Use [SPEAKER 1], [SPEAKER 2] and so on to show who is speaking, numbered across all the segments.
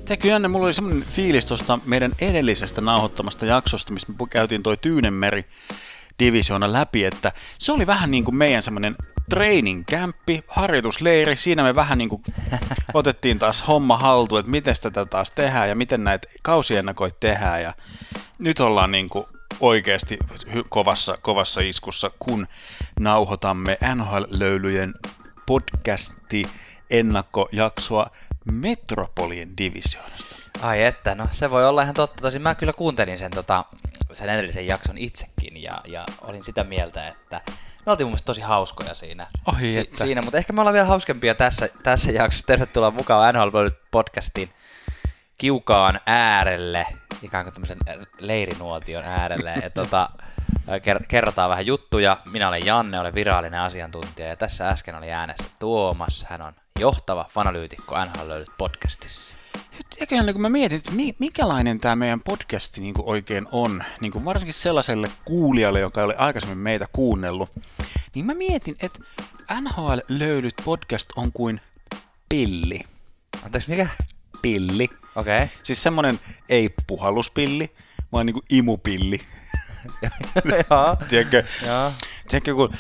[SPEAKER 1] Tiedätkö, Janne, mulla oli semmoinen fiilis tuosta meidän edellisestä nauhoittamasta jaksosta, missä me käytiin toi Tyynenmeri divisioona läpi, että se oli vähän niin kuin meidän semmoinen training campi, harjoitusleiri. Siinä me vähän niin kuin otettiin taas homma haltuun, että miten tätä taas tehdään ja miten näitä kausiennakoita tehdään. Ja nyt ollaan niin kuin oikeasti kovassa iskussa, kun nauhoitamme NHL-löylyjen podcasti-ennakkojaksoa Metropolien divisioonasta.
[SPEAKER 2] Ai että, no se voi olla ihan totta. Tosin mä kyllä kuuntelin sen edellisen jakson itsekin ja olin sitä mieltä, että me oltiin mun mielestä tosi hauskoja siinä. Siinä, mutta ehkä me ollaan vielä hauskempia tässä jaksossa. Tervetuloa mukaan NHL-podcastin kiukaan äärelle, ikään kuin tämmöisen leirinuotion äärelle. Kerrotaan vähän juttuja. Minä olen Janne, olen virallinen asiantuntija ja tässä äsken oli äänessä Tuomas. Hän on johtava fanalyytikko NHL-podcastissa.
[SPEAKER 1] Eiköhän kun mä mietin, että minkälainen tämä meidän podcasti niin oikein on, niin varsinkin sellaiselle kuulijalle, joka ei ole aikaisemmin meitä kuunnellut, niin mä mietin, että NHL-löylyt podcast on kuin pilli.
[SPEAKER 2] Anteeksi, mikä?
[SPEAKER 1] Pilli.
[SPEAKER 2] Okei. Okay.
[SPEAKER 1] Siis semmonen ei puhalluspilli, vaan niinku imupilli. Tiedätkö, kun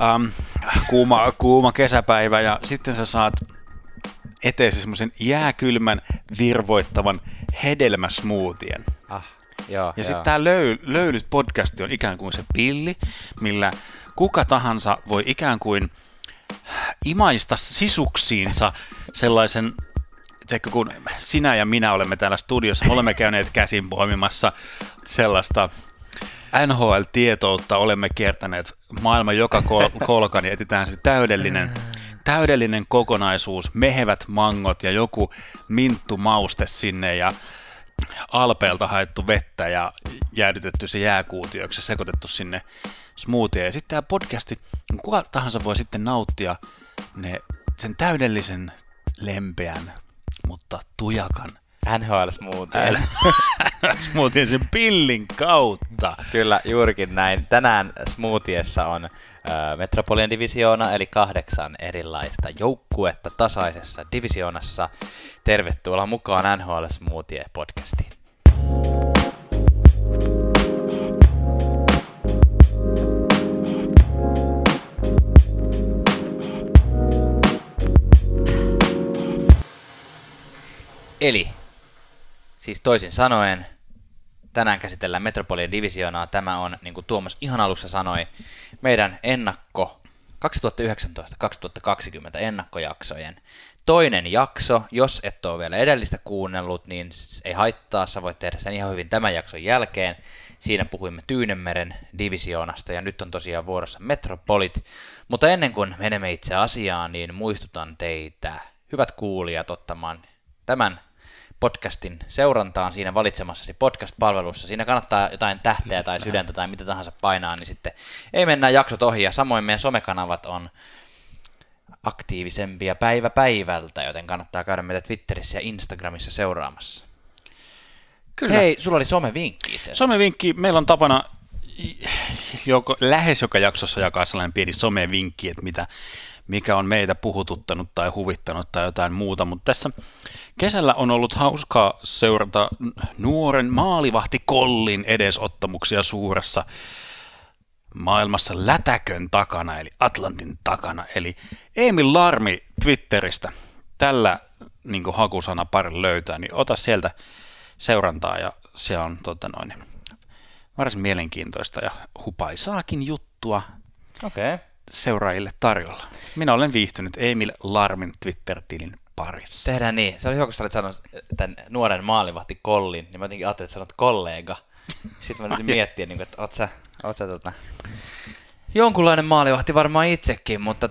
[SPEAKER 1] kuuma kesäpäivä ja sitten sä saat eteesi semmoisen jääkylmän, virvoittavan hedelmäsmoothien. Ja sitten tää Löylyt podcasti on ikään kuin se pilli, millä kuka tahansa voi ikään kuin imaista sisuksiinsa sellaisen, teikö, kun sinä ja minä olemme täällä studiossa, olemme käyneet käsin poimimassa sellaista NHL-tietoutta, olemme kiertäneet maailman joka kolkan ja etsitään se täydellinen kokonaisuus, mehevät mangot ja joku minttumauste sinne ja Alpeelta haettu vettä ja jäädytetty se jääkuutioiksi ja sekoitettu sinne smoothie. Ja sitten tämä podcasti, kuka tahansa voi sitten nauttia sen täydellisen lempeän, mutta tujakan
[SPEAKER 2] NHL-smoothien.
[SPEAKER 1] NHL-smoothien sen pillin kautta.
[SPEAKER 2] Kyllä, juurikin näin. Tänään smoothiessa on Metropolian divisioona, eli 8 erilaista joukkuetta tasaisessa divisioonassa. Tervetuloa mukaan NHL-smoothie-podcastiin. Eli, siis toisin sanoen, tänään käsitellään Metropolian divisioonaa. Tämä on, niin kuin Tuomas ihan alussa sanoi, meidän ennakko 2019-2020 ennakkojaksojen toinen jakso. Jos et ole vielä edellistä kuunnellut, niin ei haittaa, sä voit tehdä sen ihan hyvin tämän jakson jälkeen. Siinä puhuimme Tyynenmeren divisioonasta ja nyt on tosiaan vuorossa Metropolit. Mutta ennen kuin menemme itse asiaan, niin muistutan teitä, hyvät kuulijat, ottamaan tämän podcastin seurantaan siinä valitsemassasi podcast-palvelussa. Siinä kannattaa jotain tähteä tai sydäntä tai mitä tahansa painaa, niin sitten ei mennä jaksot ohi. Ja samoin meidän somekanavat on aktiivisempia päivä päivältä, joten kannattaa käydä meitä Twitterissä ja Instagramissa seuraamassa.
[SPEAKER 1] Kyllä.
[SPEAKER 2] Hei, sulla oli somevinkki itse asiassa.
[SPEAKER 1] Somevinkki, meillä on tapana lähes joka jaksossa jakaa sellainen pieni somevinkki, että mikä on meitä puhututtanut tai huvittanut tai jotain muuta, mutta tässä kesällä on ollut hauskaa seurata nuoren maalivahti Kollin edesottamuksia suuressa maailmassa lätäkön takana, eli Atlantin takana, eli Emil Larmi Twitteristä. Tällä niin kuin hakusana pari löytää, niin ota sieltä seurantaa ja se on varsin mielenkiintoista ja hupaisaakin juttua.
[SPEAKER 2] Okei.
[SPEAKER 1] Seuraajille tarjolla. Minä olen viihtynyt Emil Larmin Twitter-tilin parissa.
[SPEAKER 2] Tehdään niin. Se oli hyvä, kun sä olit sanonut tämän nuoren maalivahti Kollin, niin mä jotenkin ajattelin, että sanot kollega. Sitten mä nyt miettiä, että oot sä jonkunlainen maalivahti varmaan itsekin, mutta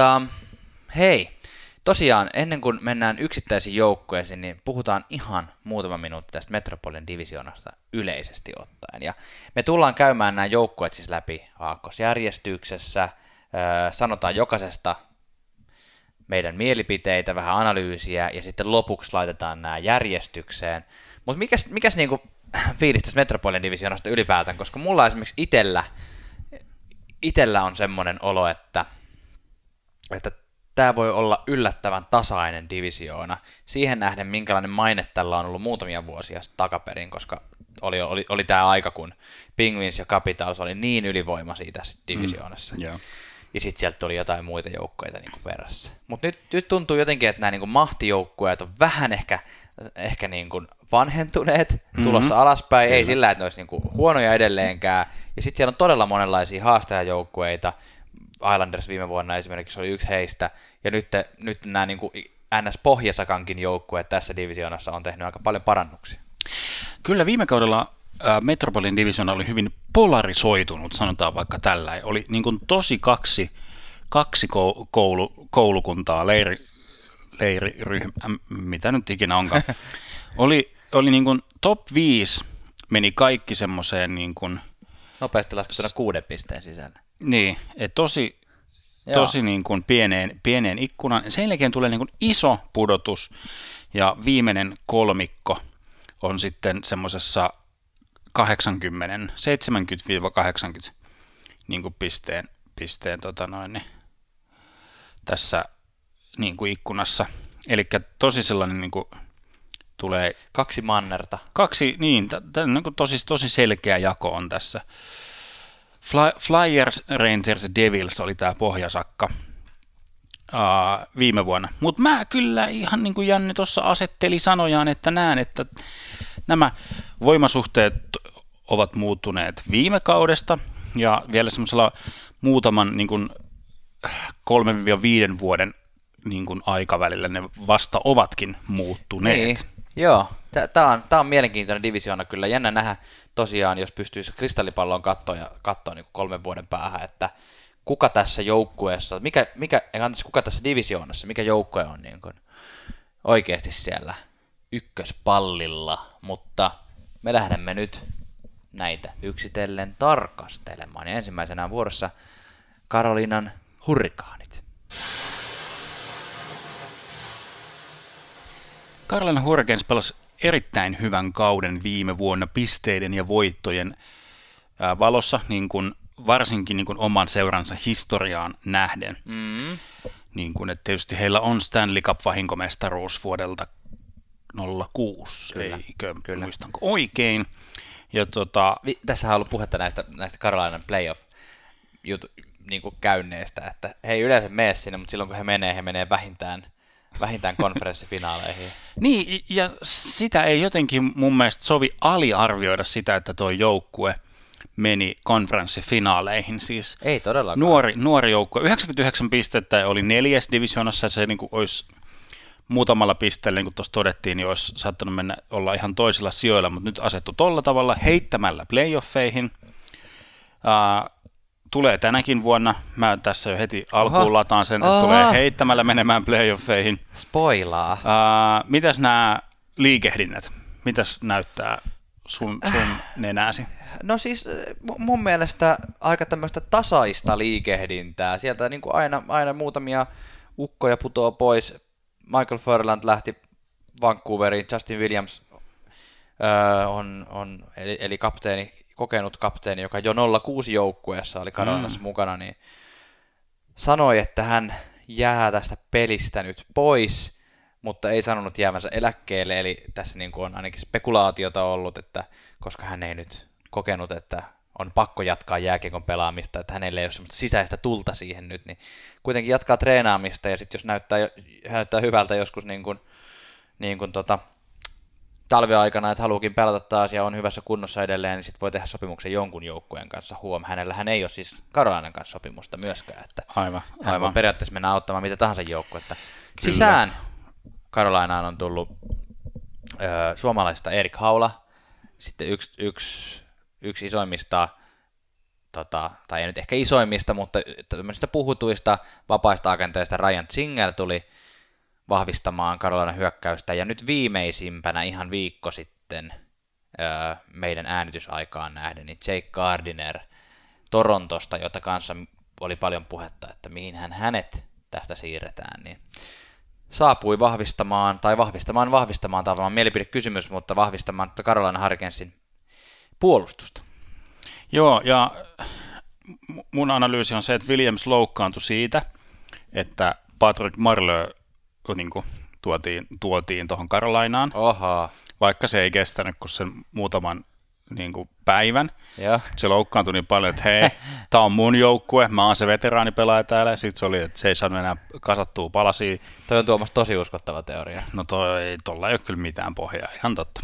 [SPEAKER 2] hei, tosiaan ennen kuin mennään yksittäisiin joukkueisiin, niin puhutaan ihan muutama minuutti tästä Metropolian divisioonasta yleisesti ottaen. Ja me tullaan käymään nämä joukkueet siis läpi aakkosjärjestyksessä, sanotaan jokaisesta meidän mielipiteitä, vähän analyysiä ja sitten lopuksi laitetaan nämä järjestykseen. Mutta mikäs niinku fiilis tästä Metropolian divisioonasta ylipäätään, koska mulla esimerkiksi itsellä on semmoinen olo, että tämä voi olla yllättävän tasainen divisioona. Siihen nähden, minkälainen maine tällä on ollut muutamia vuosia takaperin, koska oli tämä aika, kun Penguins ja Capitals oli niin ylivoimaisia tässä divisioonassa. Ja sitten sieltä tuli jotain muita joukkoita niin kuin perässä. Mutta nyt tuntuu jotenkin, että nämä niin kuin mahtijoukkueet on vähän ehkä niin kuin vanhentuneet, tulossa alaspäin. Kyllä. Ei sillä, että ne olisi niin kuin huonoja edelleenkään. Ja sitten siellä on todella monenlaisia haastajajoukkueita. Islanders viime vuonna esimerkiksi oli yksi heistä. Ja nyt nämä niin kuin NS-Pohjasakankin joukkueet tässä divisioonassa on tehnyt aika paljon parannuksia.
[SPEAKER 1] Kyllä viime kaudella Metropolin divisioona oli hyvin polarisoitunut, sanotaan vaikka tällä. Oli niin kuin tosi kaksi koulukuntaa, leiriryhmä, mitä nyt ikinä onkaan. Oli niin kuin top 5 meni kaikki semmoiseen niin kuin
[SPEAKER 2] nopeasti laskettuna 6 pisteen sisällä.
[SPEAKER 1] Niin, että tosi niin kuin pieneen ikkunaan. Sen jälkeen tulee niin kuin iso pudotus ja viimeinen kolmikko on sitten semmoisessa 70-80 niin kuin pisteen tässä niin kuin ikkunassa. Eli tosi sellainen niin kuin tulee
[SPEAKER 2] 2 mannerta.
[SPEAKER 1] Niin kuin tosi selkeä jako on tässä. Flyers, Rangers ja Devils oli tämä pohjasakka viime vuonna. Mutta mä kyllä ihan niin kuin Janne tuossa asetteli sanojaan, että näen, että nämä voimasuhteet ovat muuttuneet viime kaudesta ja vielä semmoisella muutaman niin kuin 3-5 vuoden niin kuin aikavälillä ne vasta ovatkin muuttuneet.
[SPEAKER 2] Niin, joo. Tämä on mielenkiintoinen divisioona kyllä. Jännä nähdä tosiaan, jos pystyisi kristallipalloon katsoa niin 3 vuoden päähän, että kuka tässä joukkueessa, kuka tässä divisioonassa, mikä joukkue on niin kuin oikeasti siellä ykköspallilla, mutta me lähdemme nyt näitä yksitellen tarkastelemaan. Ja ensimmäisenä on vuorossa Carolinan Hurrikaanit.
[SPEAKER 1] Carolina Hurricanes pelasi erittäin hyvän kauden viime vuonna pisteiden ja voittojen valossa, niin kuin varsinkin niin kuin oman seuransa historiaan nähden. Niin kuin, että tietysti heillä on Stanley Cup-vahinkomestaruus vuodelta 06, eikö muistanko oikein. Ja
[SPEAKER 2] tässähän on ollut puhetta näistä Carolinan playoff-käynneistä, että he ei yleensä mene sinne, mutta silloin kun he menee vähintään konferenssifinaaleihin.
[SPEAKER 1] Niin, ja sitä ei jotenkin mun mielestä sovi aliarvioida sitä, että tuo joukkue meni konferenssifinaaleihin. Siis
[SPEAKER 2] ei todellakaan.
[SPEAKER 1] Nuori joukkue. 99 pistettä oli 4. divisioonassa, se niin kuin olisi muutamalla pisteellä, niin kuin tuossa todettiin, niin olisi saattanut olla ihan toisilla sijoilla, mutta nyt asettu tolla tavalla heittämällä playoffeihin. Tulee tänäkin vuonna. Mä tässä jo heti alkuun lataan sen, että tulee heittämällä menemään playoffeihin.
[SPEAKER 2] Spoilaa.
[SPEAKER 1] Mitäs nämä liikehdinnät? Mitäs näyttää sun nenäsi?
[SPEAKER 2] No siis mun mielestä aika tämmöistä tasaista liikehdintää. Sieltä niin kuin aina muutamia ukkoja putoaa pois. Michael Furland lähti Vancouveriin. Justin Williams eli kokenut kapteeni, joka jo 06 joukkueessa oli Carolinassa mukana, niin sanoi, että hän jää tästä pelistä nyt pois, mutta ei sanonut jäävänsä eläkkeelle, eli tässä niin kuin on ainakin spekulaatiota ollut, että koska hän ei nyt kokenut, että on pakko jatkaa jääkiekon pelaamista, että hänelle ei ole semmoista sisäistä tulta siihen nyt, niin kuitenkin jatkaa treenaamista, ja sitten jos näyttää hyvältä joskus niin kuin talveaikana, että haluukin pelata taas ja on hyvässä kunnossa edelleen, niin sitten voi tehdä sopimuksen jonkun joukkueen kanssa. Hänellähän ei ole siis Carolinan kanssa sopimusta myöskään, että
[SPEAKER 1] aivan.
[SPEAKER 2] Hän voi periaatteessa mennä auttamaan mitä tahansa joukkuetta. Sisään Carolinaan on tullut suomalaisesta Erik Haula, sitten yksi isoimmista, tai ei nyt ehkä isoimmista, mutta tämmöisistä puhutuista vapaista agenteista Ryan Zingle tuli vahvistamaan Carolinan hyökkäystä, ja nyt viimeisimpänä ihan viikko sitten meidän äänitysaikaan nähden, niin Jake Gardiner Torontosta, jota kanssa oli paljon puhetta, että mihin hänet tästä siirretään, niin saapui vahvistamaan tavallaan mielipidekysymys, mutta vahvistamaan Carolina Hurricanesin puolustusta.
[SPEAKER 1] Joo, ja mun analyysi on se, että Williams loukkaantui siitä, että Patrick Marleau niin kuin tuotiin tuohon Carolinaan, vaikka se ei kestänyt kuin sen muutaman niin kuin päivän.
[SPEAKER 2] Ja.
[SPEAKER 1] Se loukkaantui niin paljon, että hei, tää on mun joukkue, mä oon se veteraanipelaaja täällä, ja sitten se oli, että se ei saanut enää kasattua palasia.
[SPEAKER 2] Toi on Tuomas tosi uskottava teoria.
[SPEAKER 1] No tuolla ei ole kyllä mitään pohjaa, ihan totta.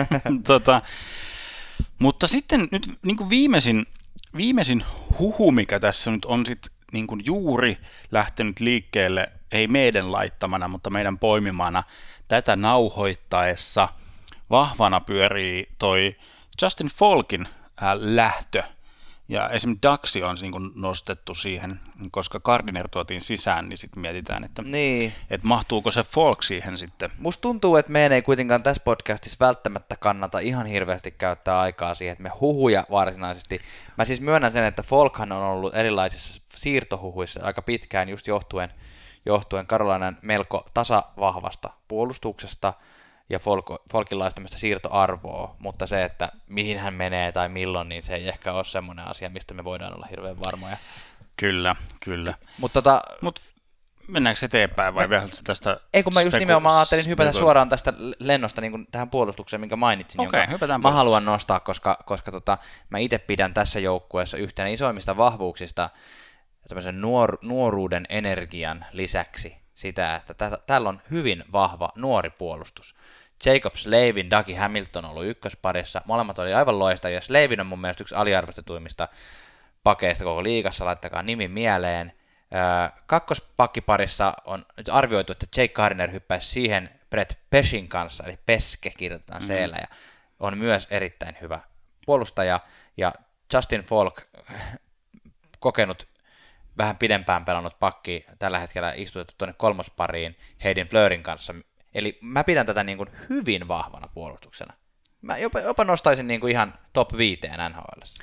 [SPEAKER 1] Mutta sitten nyt niin kuin viimeisin huhu, mikä tässä nyt on sit, niin kuin juuri lähtenyt liikkeelle, ei meidän laittamana, mutta meidän poimimana tätä nauhoittaessa vahvana pyörii toi Justin Falkin lähtö. Ja esimerkiksi Daxi on niin kuin nostettu siihen, koska Gardiner tuotiin sisään, niin sitten mietitään, että mahtuuko se Falk siihen sitten.
[SPEAKER 2] Musta tuntuu, että meidän ei kuitenkaan tässä podcastissa välttämättä kannata ihan hirveästi käyttää aikaa siihen, että me huhuja varsinaisesti. Mä siis myönnän sen, että Falkhan on ollut erilaisissa siirtohuhuissa aika pitkään just johtuen Carolinan melko tasavahvasta puolustuksesta ja Falkilla on siirtoarvoa, mutta se, että mihin hän menee tai milloin, niin se ei ehkä ole semmoinen asia, mistä me voidaan olla hirveän varmoja.
[SPEAKER 1] Kyllä.
[SPEAKER 2] Mutta
[SPEAKER 1] mennäänkö eteenpäin vai vielä tästä?
[SPEAKER 2] Ei, kun mä just nimenomaan ajattelin hypätä suoraan tästä lennosta niin kuin tähän puolustukseen, minkä mainitsin, jonka mä haluan nostaa, koska mä itse pidän tässä joukkueessa yhtenä isoimmista vahvuuksista tämmöisen nuoruuden energian lisäksi sitä, että täällä on hyvin vahva nuori puolustus. Jacob Slavin, Dougie Hamilton on ollut ykkösparissa, molemmat oli aivan loistavia. Slavin on mun mielestä yksi aliarvostetuimmista pakeista koko liigassa, laittakaa nimi mieleen. Kakkospakkiparissa on nyt arvioitu, että Jake Gardiner hyppäisi siihen Brett Peshin kanssa, eli Peske kirjoitetaan C-llä, ja on myös erittäin hyvä puolustaja, ja Justin Falk, kokenut vähän pidempään pelannut pakki, tällä hetkellä istutettu tuonne kolmospariin Hayden Fleurin kanssa. Eli mä pidän tätä niin kuin hyvin vahvana puolustuksena. Mä jopa nostaisin niin kuin ihan top 5 NHL:ssä.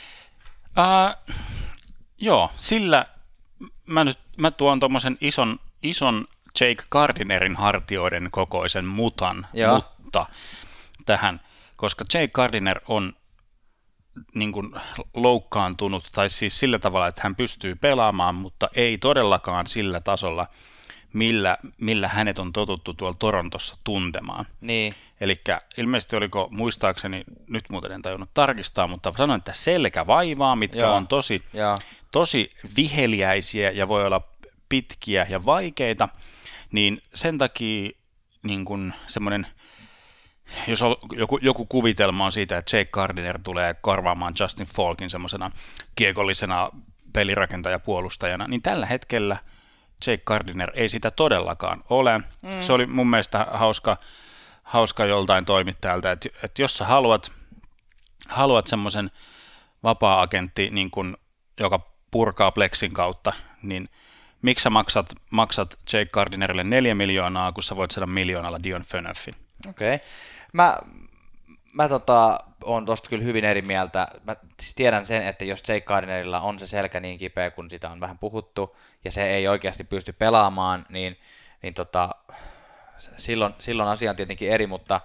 [SPEAKER 1] Joo, sillä mä tuon tommosen ison Jake Gardinerin hartioiden kokoisen mutta tähän, koska Jake Gardiner on niin kuin loukkaantunut, tai siis sillä tavalla, että hän pystyy pelaamaan, mutta ei todellakaan sillä tasolla, millä hänet on totuttu tuolla Torontossa tuntemaan.
[SPEAKER 2] Niin.
[SPEAKER 1] Elikkä ilmeisesti oliko, muistaakseni, nyt muuten en tajunnut tarkistaa, mutta sanoin, että selkävaivaa, mitkä on tosi viheliäisiä ja voi olla pitkiä ja vaikeita, niin sen takia niin kuin semmoinen, jos joku kuvitelma on siitä, että Jake Gardiner tulee korvaamaan Justin Falkin semmoisena kiekollisena pelirakentajapuolustajana, niin tällä hetkellä Jake Gardiner ei sitä todellakaan ole. Se oli mun mielestä hauska joltain toimittajalta, että jos sä haluat semmoisen vapaa-agentti, niin kun, joka purkaa Plexin kautta, niin miksi sä maksat Jake Gardinerille 4 miljoonaa, kun sä voit saada 1 miljoonalla Dion Phaneufin?
[SPEAKER 2] Okei. Mä oon tosta kyllä hyvin eri mieltä. Mä siis tiedän sen, että jos Jake Gardinerilla on se selkä niin kipeä, kun sitä on vähän puhuttu, ja se ei oikeasti pysty pelaamaan, niin silloin asia on tietenkin eri, mutta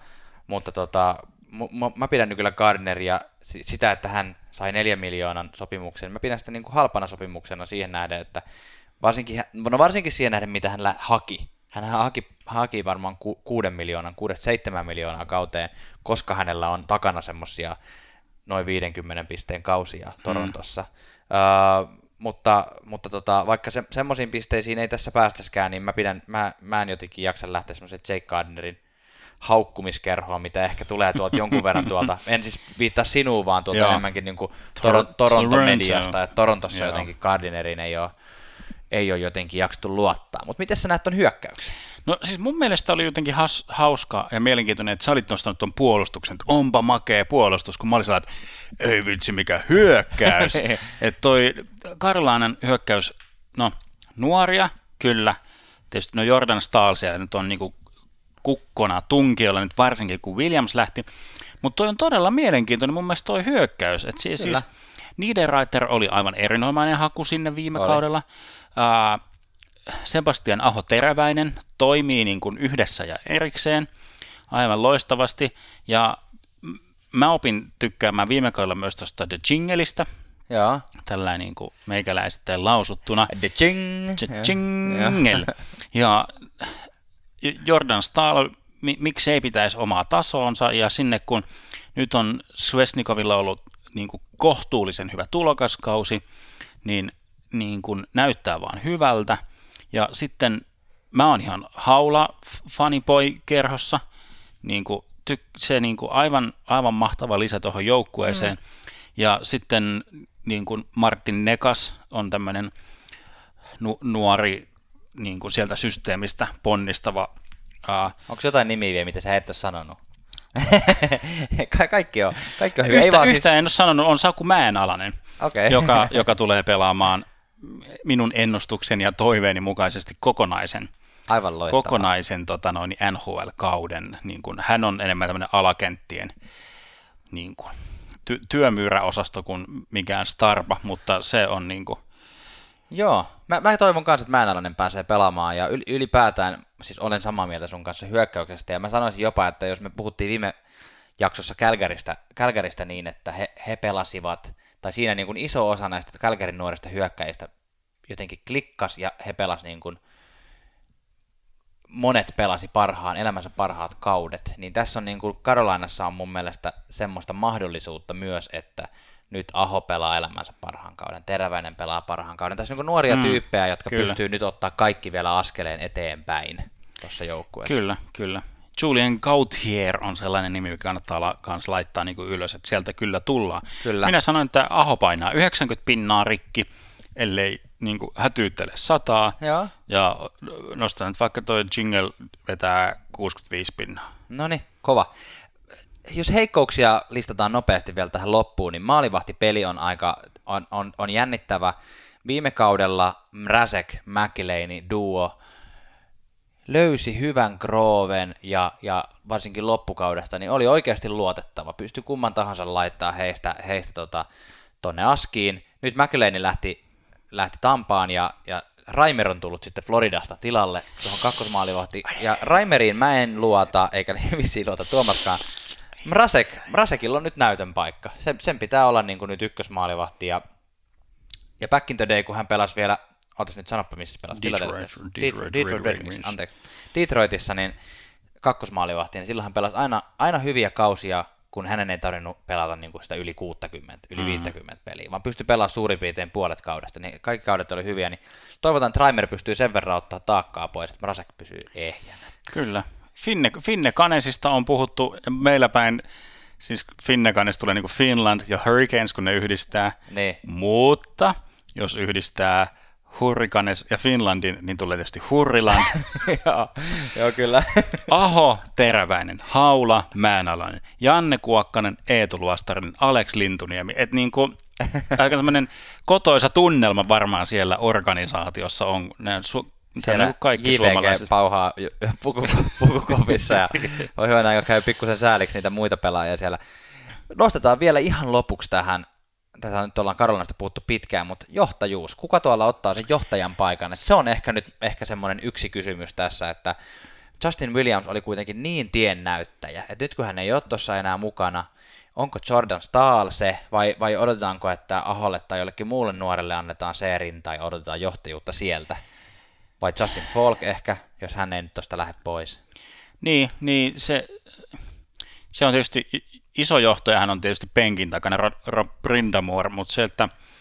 [SPEAKER 2] mä pidän nyt kyllä Gardineria sitä, että hän sai 4 miljoonan sopimuksen. Mä pidän sitä niin kuin halpana sopimuksena siihen nähden, että varsinkin siihen nähden, mitä hän haki. Hän haki varmaan 6-7 miljoonaa kauteen, koska hänellä on takana semmosia noin 50 pisteen kausia Torontossa. Mutta vaikka semmoisiin pisteisiin ei tässä päästäskään, niin mä en jotenkin jaksa lähteä semmoisen Jake Gardinerin haukkumiskerhoon, mitä ehkä tulee tuolta jonkun verran tuolta. En siis viittaa sinuun, vaan tuolta enemmänkin niin kuin Toronto-mediasta, että Torontossa jotenkin Gardineriin ei ole jotenkin jaksettu luottaa. Mutta miten sä näet ton hyökkäyksen?
[SPEAKER 1] No siis mun mielestä oli jotenkin hauska ja mielenkiintoinen, että sä olit nostanut ton puolustuksen, että onpa makea puolustus, kun mä olin sellainen, että ei vitsi mikä hyökkäys. Että toi Carolinan hyökkäys, no nuoria, kyllä. Tietysti no Jordan Staal siellä nyt on niinku kukkona tunkijoilla nyt varsinkin, kun Williams lähti. Mutta toi on todella mielenkiintoinen mun mielestä toi hyökkäys. Että siis Niederreiter oli aivan erinomainen haku sinne viime kaudella. Sebastian Aho-Teräväinen toimii niin kuin yhdessä ja erikseen aivan loistavasti, ja mä opin tykkäämään viime kaudella myös tuosta The Jingelistä,
[SPEAKER 2] Joo.
[SPEAKER 1] Tällainen niin kuin meikäläisittäin lausuttuna.
[SPEAKER 2] Ching.
[SPEAKER 1] Ja Jordan Staal, miksei pitäisi omaa tasoonsa, ja sinne kun nyt on Svesnikovilla ollut niin kuin kohtuullisen hyvä tulokaskausi, niin kuin näyttää vaan hyvältä. Ja sitten mä oon ihan haula fanipoi-kerhossa, niin kuin se niin kuin aivan mahtava lisä tuohon joukkueeseen. Ja sitten niin kuin Martin Nekas on tämmöinen nuori niin kuin sieltä systeemistä ponnistava.
[SPEAKER 2] Onko jotain nimiä vielä, mitä sä et ole sanonut? Kaikki on hyvä.
[SPEAKER 1] Yhtä en ole sanonut, on Saku Mäenalainen, joka tulee pelaamaan minun ennustukseni ja toiveeni mukaisesti kokonaisen NHL-kauden. Niin kuin, hän on enemmän tämmöinen alakenttien niin kuin, työmyyräosasto kuin mikään starpa, mutta se on niin kuin...
[SPEAKER 2] Joo, mä toivon kanssa, että Mäenalainen pääsee pelaamaan, ja ylipäätään siis olen samaa mieltä sun kanssa hyökkäyksestä, ja mä sanoisin jopa, että jos me puhuttiin viime jaksossa Calgarysta niin, että he pelasivat, tai siinä niin kuin iso osa näistä Calgaryn nuorista hyökkäjistä jotenkin klikkas, ja he pelasivat niin kuin monet pelasi elämänsä parhaat kaudet, niin tässä on niin kuin Carolinassa on mun mielestä semmoista mahdollisuutta myös, että nyt Aho pelaa elämänsä parhaan kauden, Teräväinen pelaa parhaan kauden. Tässä on niin nuoria tyyppejä, jotka pystyy nyt ottaa kaikki vielä askeleen eteenpäin tuossa joukkueessa.
[SPEAKER 1] Kyllä. Julian Gauthier on sellainen nimi, mikä kannattaa myös laittaa niin kuin ylös, että sieltä kyllä tullaan.
[SPEAKER 2] Kyllä.
[SPEAKER 1] Minä sanoin, että Aho painaa 90 pinnaa rikki, ellei niin kuin hätyyttele 100.
[SPEAKER 2] Joo.
[SPEAKER 1] Ja nostan nyt vaikka toi Jingle vetää 65 pinnaa.
[SPEAKER 2] Noniin, kova. Jos heikkouksia listataan nopeasti vielä tähän loppuun, niin maalivahtipeli on on jännittävä. Viime kaudella Mrazek-McElhaney duo löysi hyvän Groven ja varsinkin loppukaudesta, niin oli oikeasti luotettava. Pystyi kumman tahansa laittaa heistä tonne askiin. Nyt McElhaney lähti Tampaan ja Reimer on tullut sitten Floridasta tilalle tuohon kakkosmaalivahtiin. Ja Reimeriin mä en luota, eikä vissiin luota Tuomaskaan. Mrazekilla on nyt näytön paikka. Sen pitää olla niin kuin nyt ykkösmaalivahti. Ja back in the day, kun hän pelasi vielä, ootas nyt sanoppa, missä pelasi. Detroit Red Wings, anteeksi. Detroitissa niin kakkosmaalivahti, niin silloin hän pelasi aina hyviä kausia, kun hänen ei tarvinnut pelata niin kuin sitä yli 50 peliä, vaan pystyi pelaamaan suurin piirtein puolet kaudesta. Niin kaikki kaudet oli hyviä, niin toivotaan, että Reimer pystyy sen verran ottaa taakkaa pois, että Mrazek pysyy ehjänä.
[SPEAKER 1] Kyllä. Finne Kanesista on puhuttu meillä päin, siis Finne Kanes tulee niin kuin Finland ja Hurricanes, kun ne yhdistää, mutta jos yhdistää Hurricanes ja Finlandin, niin tulee tietysti Hurriland.
[SPEAKER 2] Joo, kyllä.
[SPEAKER 1] Aho, Teräväinen, Haula, Mäenalainen, Janne Kuokkanen, Eetu Luostarinen, Alex Lintuniemi. Että niin kuin aika semmoinen kotoisa tunnelma varmaan siellä organisaatiossa on.
[SPEAKER 2] Siellä kaikki JVG pauhaa pukukopissa ja on hyvä aika käy pikkusen sääliksi niitä muita pelaajia siellä. Nostetaan vielä ihan lopuksi tähän, tätä nyt ollaan Carolinasta puhuttu pitkään, mutta johtajuus. Kuka tuolla ottaa sen johtajan paikan? Se on ehkä semmoinen yksi kysymys tässä, että Justin Williams oli kuitenkin niin tiennäyttäjä, että nyt kun hän ei ole tuossa enää mukana, onko Jordan Staal se, vai odotetaanko, että Aholle tai jollekin muulle nuorelle annetaan seerin tai odotetaan johtajuutta sieltä? Vai Justin Falk ehkä, jos hän ei nyt tuosta lähde pois?
[SPEAKER 1] Niin se on tietysti, iso johtajahan on tietysti penkin takana Rob Brindamore, mutta se,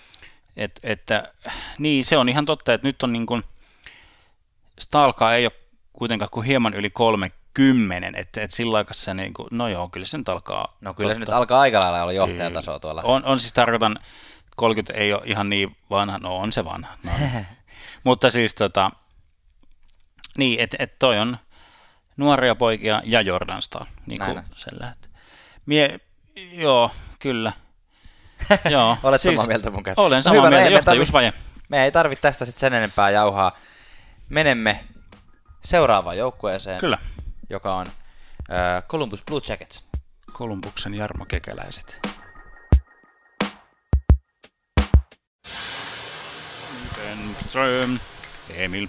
[SPEAKER 1] että niin se on ihan totta, että nyt on niin kuin, Staalkaa ei ole kuitenkaan kuin hieman yli 30, että sillä aikaa se niin kuin, no joo, kyllä se nyt alkaa.
[SPEAKER 2] No kyllä se nyt alkaa aika lailla olla johtajatasoa tuolla.
[SPEAKER 1] On siis tarkoitan, 30 ei ole ihan niin vanha, no on se vanha. No. Mutta siis niin, että toi on nuoria poikia ja Jordan Staal, niin kuin sen lähtee. Joo, kyllä. Joo,
[SPEAKER 2] olet samaa mieltä mun kanssa.
[SPEAKER 1] Olen samaa mieltä, johtajuusvaje.
[SPEAKER 2] Me ei tarvitse tästä sitten sen enempää jauhaa. Menemme seuraavaan joukkueeseen,
[SPEAKER 1] kyllä,
[SPEAKER 2] joka on Columbus Blue Jackets.
[SPEAKER 1] Columbuksen Jarmo Kekäläiset. Emil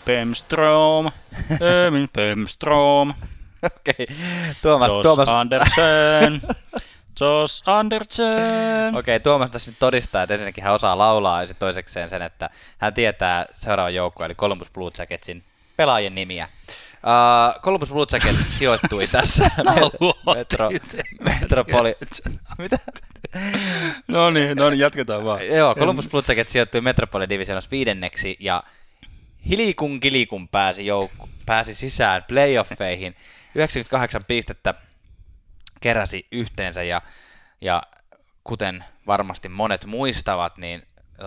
[SPEAKER 1] Bemström.
[SPEAKER 2] Okei. Tuomas
[SPEAKER 1] Andersen. Josh Anderson.
[SPEAKER 2] Okei, Tuomas tässä nyt todistaa, että ensinnäkin hän osaa laulaa ja toisekseen sen, että hän tietää seuraavan joukkueen, eli Columbus Blue Jacketsin pelaajien nimiä. Columbus Blue Jackets sijoittui tässä Metropoli... Mitä?
[SPEAKER 1] No niin, jatketaan vaan.
[SPEAKER 2] Joo, Columbus Blue Jackets sijoittui Metropoli Divisionassa 5. ja Hilikun Kilikun pääsi sisään playoffeihin. 98 pistettä keräsi yhteensä ja kuten varmasti monet muistavat, niin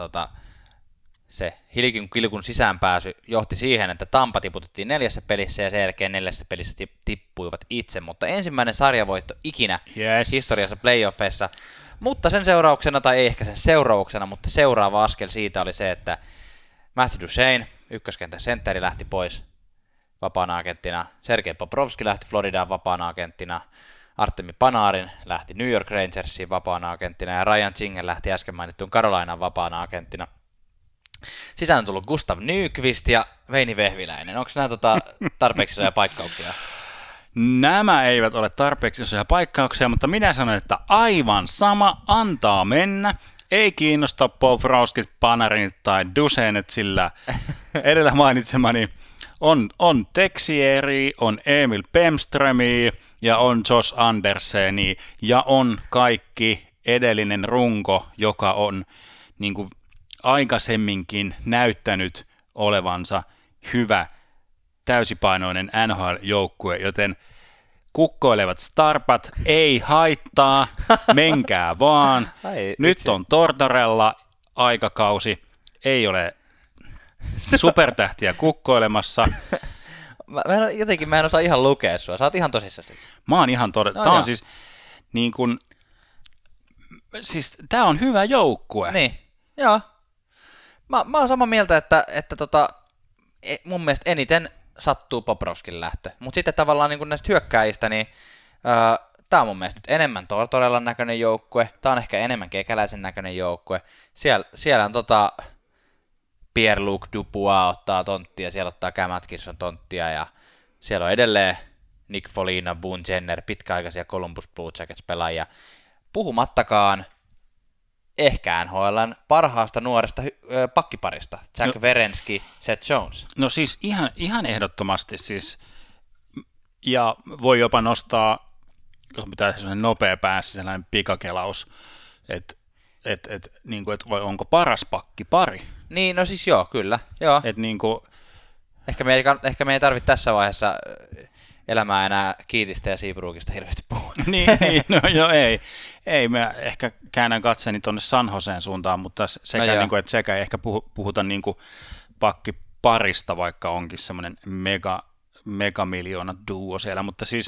[SPEAKER 2] se Hilikun Kilikun sisäänpääsy johti siihen, että Tampa tiputettiin 4 pelissä ja sen jälkeen 4 pelissä tippuivat itse, mutta ensimmäinen sarjavoitto ikinä historiassa playoffeissa. Mutta sen seurauksena, tai ei ehkä sen seurauksena, mutta seuraava askel siitä oli se, että Matthew Duchene, ykköskentän sentteri, lähti pois vapaana agenttina. Sergei Bobrovski lähti Floridaan vapaana agenttina. Artemi Panarin lähti New York Rangersiin vapaana agenttina. Ja Ryan Chingen lähti äsken mainittuun Carolinaan vapaana agenttina. Sisään on tullut Gustav Nyqvist ja Veini Vehviläinen. Onko nämä tarpeeksi isoja paikkauksia?
[SPEAKER 1] Nämä eivät ole tarpeeksi isoja paikkauksia, mutta minä sanon, että aivan sama, antaa mennä. Ei kiinnosta Bobrovskit, Panarinit tai Duchenet, sillä edellä mainitsemani on Texieri, on Emil Bemströmi ja on Josh Anderseni ja on kaikki edellinen runko, joka on niin kuin aikaisemminkin näyttänyt olevansa hyvä täysipainoinen NHL-joukkue, joten kukkoilevat starpat ei haittaa, menkää vaan. Nyt on Tortorella aikakausi, ei ole supertähtiä kukkoilemassa.
[SPEAKER 2] Mä en osaa ihan lukea sua, sä oot ihan tosissasi.
[SPEAKER 1] Mä oon ihan todella, on siis niin kuin, siis tää on hyvä joukkue.
[SPEAKER 2] Niin, joo. Mä oon samaa mieltä, että mun mielestä eniten sattuu Bobrovskin lähtö. Mutta sitten tavallaan niin näistä hyökkääjistä, niin tää on mun mielestä nyt enemmän Tortorellan näköinen joukkue, tää on ehkä enemmän Kekäläisen näköinen joukkue. Siellä on Pierre-Luc Dubois ottaa tonttia, siellä ottaa Cam Atkinson tonttia ja siellä on edelleen Nick Foligno, Boone Jenner, pitkäaikaisia Columbus Blue Jackets pelaajia. Puhumattakaan ehkä NHL:n parhaasta nuoresta pakkiparista, Jack Werenski, Seth Jones.
[SPEAKER 1] No siis ihan ehdottomasti siis, ja voi jopa nostaa, jos pitää sellainen nopea päässä, sellainen pikakelaus, että niin kuin, onko paras pakkipari.
[SPEAKER 2] Niin, no siis joo, kyllä. Joo.
[SPEAKER 1] Niin kuin,
[SPEAKER 2] ehkä me ei tarvitse tässä vaiheessa elämää enää Kiitistä ja Seabrookista hirveästi puhua.
[SPEAKER 1] niin, no joo, ei. Mä ehkä käännän katseeni tuonne San Joseen suuntaan, mutta sekä, niin kuin, että sekä ei ehkä puhuta niin kuin pakkiparista, vaikka onkin semmoinen megamiljoona duo siellä, mutta siis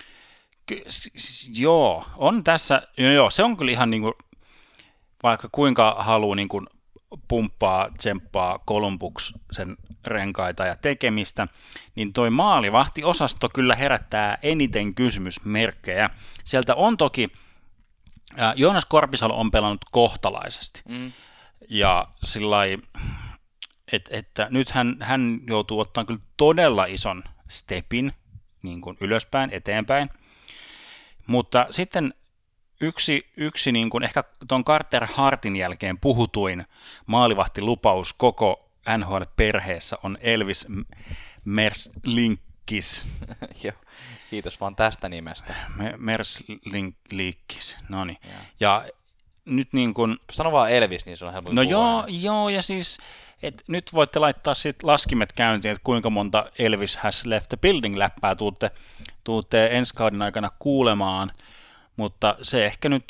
[SPEAKER 1] joo, on tässä, joo, se on kyllä ihan niin kuin, vaikka kuinka haluaa niin kuin pumppaa, tsemppaa Columbuksen renkaita ja tekemistä, niin toi maalivahtiosasto kyllä herättää eniten kysymysmerkkejä. Sieltä on toki, Joonas Korpisalo on pelannut kohtalaisesti, ja sillai, että nyt hän joutuu ottamaan kyllä todella ison stepin niin kuin ylöspäin, eteenpäin, mutta sitten yksi niin kuin ehkä tuon Carter Hartin jälkeen puhutuin maalivahtilupaus koko NHL-perheessä on Elvis Merzlinkis.
[SPEAKER 2] Joo, kiitos vaan tästä nimestä.
[SPEAKER 1] Merzlinkis, no niin. Ja nyt niin kuin...
[SPEAKER 2] Sano vaan Elvis, niin se on helppo.
[SPEAKER 1] No joo, ja siis nyt voitte laittaa sit laskimet käyntiin, että kuinka monta Elvis has left the building-läppää tuutte ensi kauden aikana kuulemaan. Mutta se ehkä nyt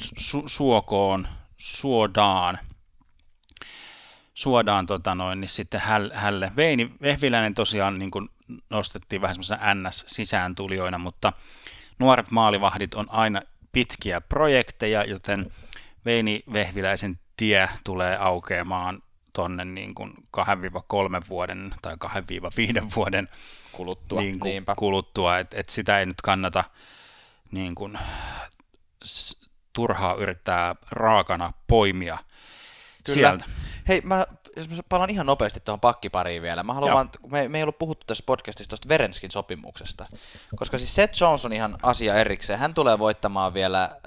[SPEAKER 1] suodaan niin sitten hälle. Veini Vehviläinen tosiaan niin kuin nostettiin vähän semmoisena NS-sisääntulijoina, mutta nuoret maalivahdit on aina pitkiä projekteja, joten Veini Vehviläisen tie tulee aukeamaan tuonne niin kuin 2-3 vuoden tai 2-5 vuoden kuluttua, että sitä ei nyt kannata niin kuin turhaa yrittää raakana poimia sieltä.
[SPEAKER 2] Hei, jos mä palaan ihan nopeasti tuohon pakkipariin vielä. Mä haluan vaan, me ei ollut puhuttu tässä podcastissa tuosta Werenskin sopimuksesta, koska siis Seth Jones on ihan asia erikseen. Hän tulee voittamaan vielä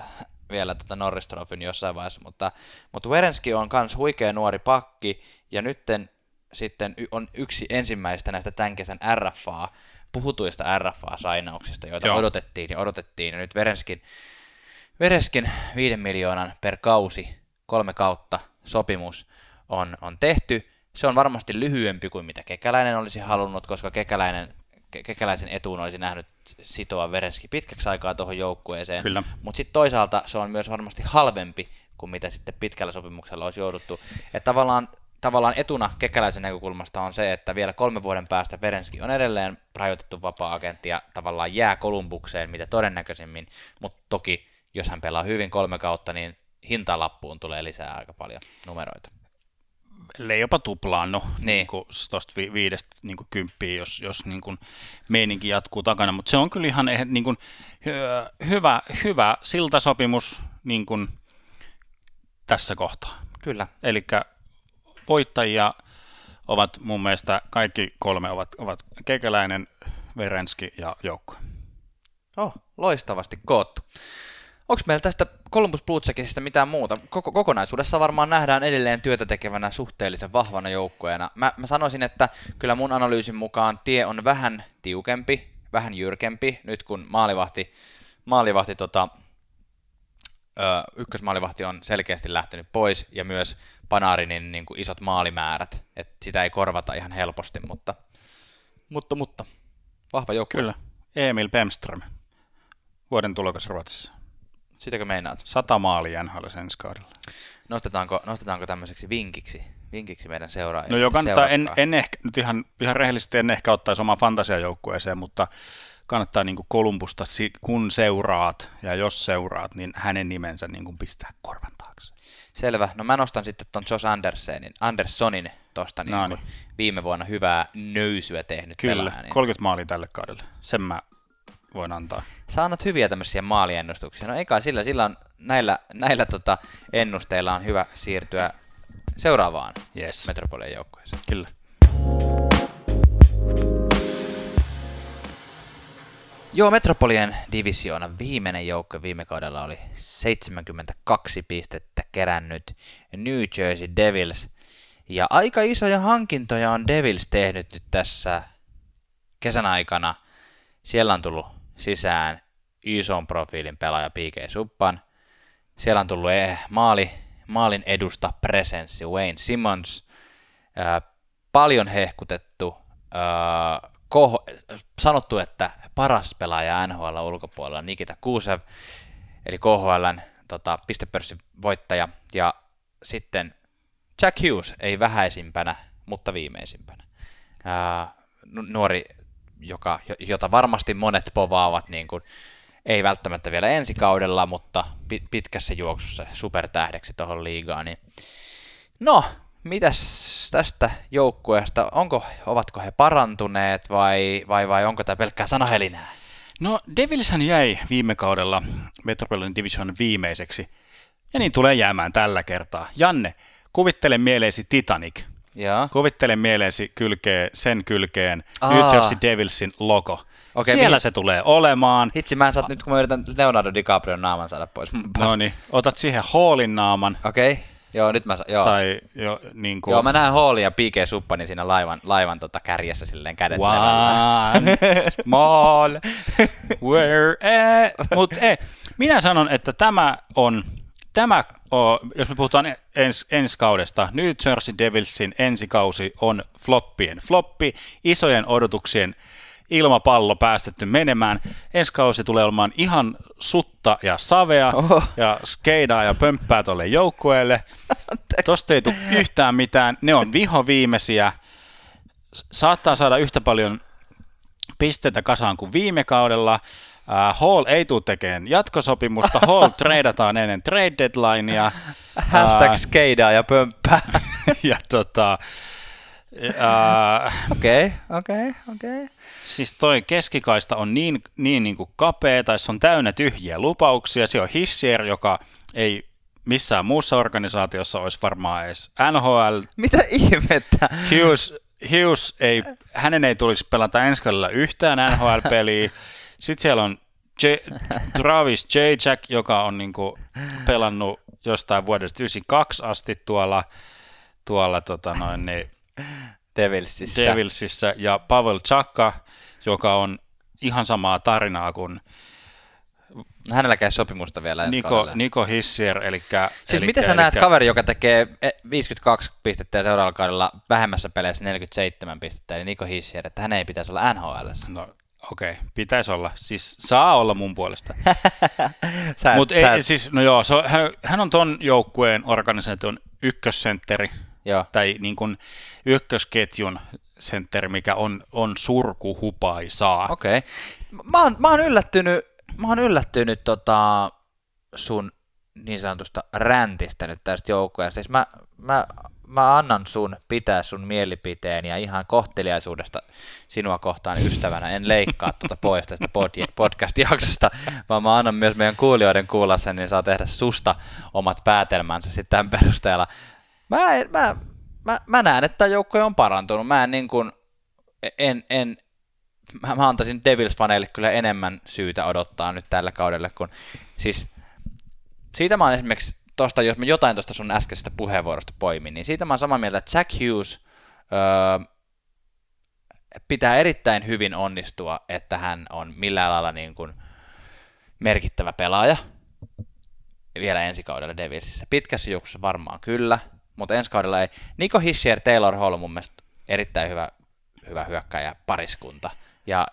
[SPEAKER 2] vielä Norris Trophyn jossain vaiheessa, mutta Werenski on myös huikea nuori pakki, ja nytten sitten on yksi ensimmäistä näistä tämän kesän puhutuista RFA-sainauksista, joita odotettiin, ja nyt Vereskin 5 miljoonan per kausi, 3 kautta sopimus on tehty. Se on varmasti lyhyempi kuin mitä Kekäläinen olisi halunnut, koska Kekäläisen etuun olisi nähnyt sitoa Verenski pitkäksi aikaa tuohon joukkueeseen, mutta sitten toisaalta se on myös varmasti halvempi kuin mitä sitten pitkällä sopimuksella olisi jouduttu. Että tavallaan etuna Kekäläisen näkökulmasta on se, että vielä 3 vuoden päästä Verenski on edelleen rajoitettu vapaa-agentti ja tavallaan jää Kolumbukseen mitä todennäköisimmin, mutta toki jos hän pelaa hyvin 3 kautta, hintalappuun tulee lisää aika paljon numeroita.
[SPEAKER 1] Ellei jopa tuplaannu tuosta 5-10, jos niin kuin meininki jatkuu takana, mutta se on kyllä ihan niin kuin hyvä siltasopimus niin kuin tässä kohtaa.
[SPEAKER 2] Kyllä.
[SPEAKER 1] Eli voittajia ovat mun mielestä kaikki 3 ovat Kekäläinen, Werenski ja joukkue.
[SPEAKER 2] Loistavasti koottu. Onko meillä tästä Columbus Blue Jacketsista mitään muuta? Kokonaisuudessa varmaan nähdään edelleen työtä tekevänä suhteellisen vahvana joukkueena. Mä sanoisin, että kyllä mun analyysin mukaan tie on vähän tiukempi, vähän jyrkempi, nyt kun ykkösmaalivahti on selkeästi lähtenyt pois, ja myös Panarinin niin kuin isot maalimäärät, että sitä ei korvata ihan helposti, mutta vahva joukkue.
[SPEAKER 1] Kyllä, Emil Bemström, vuoden tulokas Ruotsissa.
[SPEAKER 2] Sitäkö meinaat?
[SPEAKER 1] 100 maalia NHL ensi kaudella.
[SPEAKER 2] Nostetaanko tämmöiseksi vinkiksi meidän seuraajille?
[SPEAKER 1] No jo kannattaa, en ehkä, nyt ihan rehellisesti en ehkä ottaisi omaa fantasiajoukkueeseen, mutta kannattaa niin kuin Columbusta, kun seuraat, ja jos seuraat, niin hänen nimensä niin kuin pistää korvan taakse.
[SPEAKER 2] Selvä. No mä nostan sitten ton Josh Andersonin tosta niin viime vuonna hyvää nöysyä tehnyt
[SPEAKER 1] Kyllä, pelaa, niin 30 maalia tälle kaudelle. Sen mä voin antaa.
[SPEAKER 2] Sä annat hyviä tämmöisiä maaliennustuksia. No eikä sillä on näillä ennusteilla on hyvä siirtyä seuraavaan Metropolian joukkueeseen.
[SPEAKER 1] Kyllä.
[SPEAKER 2] Joo, Metropolian divisioonan viimeinen joukko viime kaudella oli 72 pistettä kerännyt New Jersey Devils. Ja aika isoja hankintoja on Devils tehnyt nyt tässä kesän aikana. Siellä on tullut sisään ison profiilin pelaaja P.K. Subban. Siellä on tullut maalin edusta presenssi Wayne Simmons. Paljon hehkutettu. Sanottu, että paras pelaaja NHL ulkopuolella Nikita Kusev, eli KHL:n pistepörssin voittaja, ja sitten Jack Hughes, ei vähäisimpänä, mutta viimeisimpänä. Nuori, jota varmasti monet povaavat, niin kuin, ei välttämättä vielä ensi kaudella, mutta pitkässä juoksussa supertähdeksi tuohon liigaan. Niin. No, mitäs tästä joukkueesta? Ovatko he parantuneet vai onko tämä pelkkää sanahelinää?
[SPEAKER 1] No Devilshän jäi viime kaudella Metropolitan Division viimeiseksi, ja niin tulee jäämään tällä kertaa. Janne, kuvittele mieleesi Titanic.
[SPEAKER 2] Ja.
[SPEAKER 1] Kuvittele mieleesi sen kylkeen New Jersey Devilsin logo. Okay, siellä se tulee olemaan.
[SPEAKER 2] Hitsi, mä en saa nyt, kun mä yritän Leonardo DiCaprion naaman saada pois.
[SPEAKER 1] No niin, otat siihen Hallin naaman.
[SPEAKER 2] Okei. Okay. Joo, nyt mä
[SPEAKER 1] Tai jo niin kuin.
[SPEAKER 2] Joo, mä näen Hallin ja P.K. Subbanin siinä laivan kärjessä silleen kädet
[SPEAKER 1] One small where mut minä sanon, että tämä on jos me puhutaan ensi kaudesta, New Jersey Devilsin ensikausi on floppi, isojen odotuksien ilmapallo päästetty menemään. Ensi kausi tulee olemaan ihan sutta ja savea ja skeidaa ja pömppää tuolle joukkueelle. Tosta ei tule yhtään mitään. Ne on vihoviimeisiä. Saattaa saada yhtä paljon pisteitä kasaan kuin viime kaudella. Hall ei tule tekemään jatkosopimusta. Hall treidataan ennen trade deadlinea.
[SPEAKER 2] Hashtag skeidaa ja pömppää.
[SPEAKER 1] Ja
[SPEAKER 2] Okei.
[SPEAKER 1] Siis toi keskikaista on niin kuin kapea, tai se on täynnä tyhjiä lupauksia. Se on Hissier, joka ei missään muussa organisaatiossa olisi varmaan edes NHL.
[SPEAKER 2] Mitä ihmettä?
[SPEAKER 1] Hughes hänen ei tulisi pelata ensi kaudella yhtään NHL-peliä. Sitten siellä on Travis Jack, joka on niinku pelannut jostain vuodesta 92 asti tuolla Devilsissä, ja Pavel Chaka, joka on ihan samaa tarinaa kuin
[SPEAKER 2] hänellä käy sopimusta vielä
[SPEAKER 1] Nico Hischier,
[SPEAKER 2] Siis miten sä näet kaveri, joka tekee 52 pistettä ja seuraavalla kaudella vähemmässä peleissä 47 pistettä, eli Nico Hischier, että hän ei pitäisi olla NHL:ssä?
[SPEAKER 1] No okei, pitäisi olla. Siis saa olla mun puolesta. Hän on ton joukkueen organisaation ykkössentteri, tai niin kuin ykkösketjun sentteri, mikä on surkuhupaisaa.
[SPEAKER 2] Okei. Mä oon yllättynyt sun niin sanotusta räntistä nyt tästä joukkueesta. Siis mä annan sun pitää sun mielipiteen ja ihan kohteliaisuudesta sinua kohtaan ystävänä. En leikkaa pois tästä podcast-jaksosta, vaan mä annan myös meidän kuulijoiden kuulla sen, niin saa tehdä susta omat päätelmänsä sitten tämän perusteella. Mä näen, että joukkue on parantunut. Mä antaisin Devils-faneille kyllä enemmän syytä odottaa nyt tällä kaudella, kun siis siitä mä oon esimerkiksi jos mä jotain tuosta sun äskeisestä puheenvuorosta poimin, niin siitä mä oon samaa mieltä, että Jack Hughes pitää erittäin hyvin onnistua, että hän on millään lailla niin kuin merkittävä pelaaja vielä ensi kaudella Devilsissä. Pitkässä juoksussa varmaan kyllä, mutta ensi kaudella ei. Nico Hischier, Taylor Hall on mun mielestä erittäin hyvä hyökkääjä pariskunta. Ja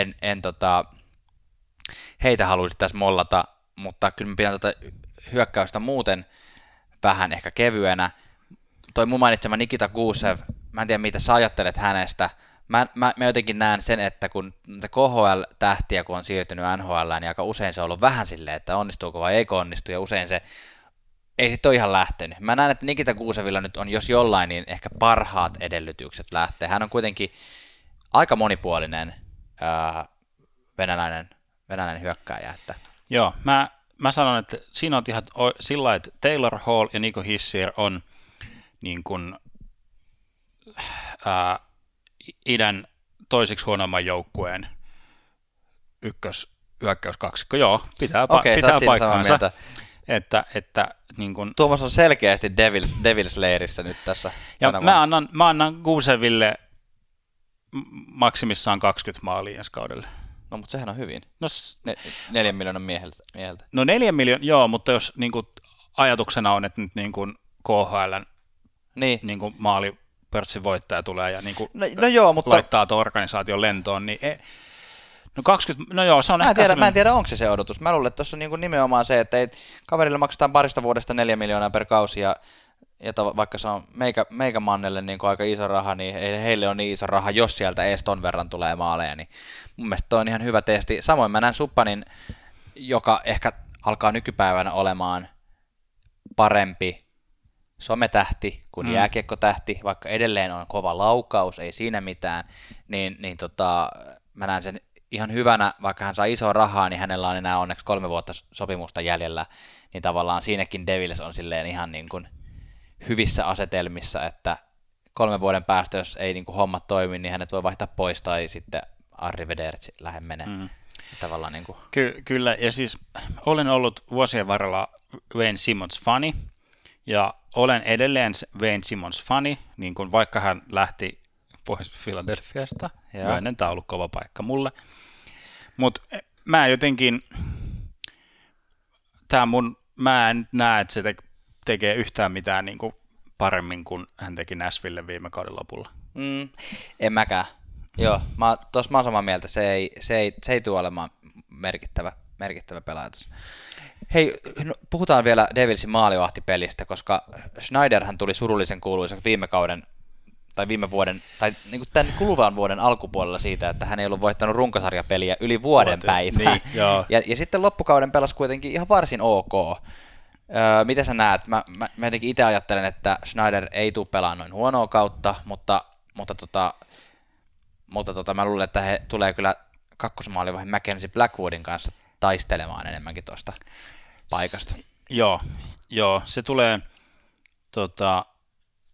[SPEAKER 2] heitä haluaisin tässä mollata, mutta kyllä mä pidän hyökkäystä muuten vähän ehkä kevyenä. Toi mun mainitsema Nikita Gusev, mä en tiedä mitä sä ajattelet hänestä. Mä jotenkin näen sen, että kun KHL-tähtiä kun on siirtynyt NHL:ään, niin aika usein se on ollut vähän silleen, että onnistuuko vai eikö onnistu, ja usein se ei sitten ole ihan lähtenyt. Mä näen, että Nikita Gusevilla nyt on jos jollain, niin ehkä parhaat edellytykset lähteä. Hän on kuitenkin aika monipuolinen venäläinen hyökkääjä. Että.
[SPEAKER 1] Joo, mä sanon, että siinä on ihan sillä lailla, että Taylor Hall ja Nico Hischier on niin kuin, idän toisiksi huonomman joukkueen ykköshyökkäyskaksikko. Joo, pitää paikkaansa. Että niin kun
[SPEAKER 2] Tuomas on selkeästi Devils-leirissä nyt tässä.
[SPEAKER 1] Ja mä annan Guseville maksimissaan 20 maalia ensi kaudelle.
[SPEAKER 2] No, mutta sehän on hyvin. 4 miljoonan mieheltä.
[SPEAKER 1] No 4 miljoonaa, joo, mutta jos niin kuin, ajatuksena on, että nyt niin kuin KHL:n niin kuin maalipörssin voittaja tulee ja niin kuin, laittaa tuon organisaation lentoon, niin no 20, no joo, se on
[SPEAKER 2] mä en tiedä, onko se odotus. Mä luulen, että tuossa on niin kuin nimenomaan se, että kaverille maksetaan parista vuodesta 4 miljoonaa per kausi, ja vaikka se on meikämannelle niin kuin aika iso raha, niin heille on niin iso raha, jos sieltä ees ton verran tulee maaleja, niin mun mielestä toi on ihan hyvä testi. Samoin mä näen Suppanin, joka ehkä alkaa nykypäivänä olemaan parempi sometähti kuin jääkiekkotähti, vaikka edelleen on kova laukaus, ei siinä mitään, niin mä näen sen ihan hyvänä, vaikka hän saa isoa rahaa, niin hänellä on enää onneksi 3 vuotta sopimusta jäljellä, niin tavallaan siinäkin Devils on silleen ihan niin kuin hyvissä asetelmissa, että 3 vuoden päästä, jos ei niin kuin hommat toimi, niin hänet voi vaihtaa pois tai sitten arrivederci lähde menee. Tavallaan niin kuin.
[SPEAKER 1] Kyllä, ja siis olen ollut vuosien varrella Wayne Simmonds-fani, ja olen edelleen Wayne Simmonds-fani, niin kuin vaikka hän lähti pois Philadelphiasta, myönnän, tämä on ollut kova paikka mulle, mutta mä jotenkin, mä en näe, että se tekee yhtään mitään niin kuin paremmin kuin hän teki Nashville viime kauden lopulla.
[SPEAKER 2] En mäkään. Joo, mä oon samaa mieltä, se ei tule olemaan merkittävä pelaaja. Hei, puhutaan vielä Devilsin maalivahtipelistä, koska Schneiderhän tuli surullisen kuuluisa viime vuoden, tai niin kuin tämän kuluvan vuoden alkupuolella siitä, että hän ei ollut voittanut runkosarjapeliä yli vuoden päivää. Niin, ja sitten loppukauden pelasi kuitenkin ihan varsin ok. Mitä sä näet? Mä jotenkin itse ajattelen, että Schneider ei tule pelaamaan noin huonoa kautta, mutta mä luulen, että he tulee kyllä kakkosmaalivahdin Mackenzie Blackwoodin kanssa taistelemaan enemmänkin tuosta paikasta.
[SPEAKER 1] Joo, se tulee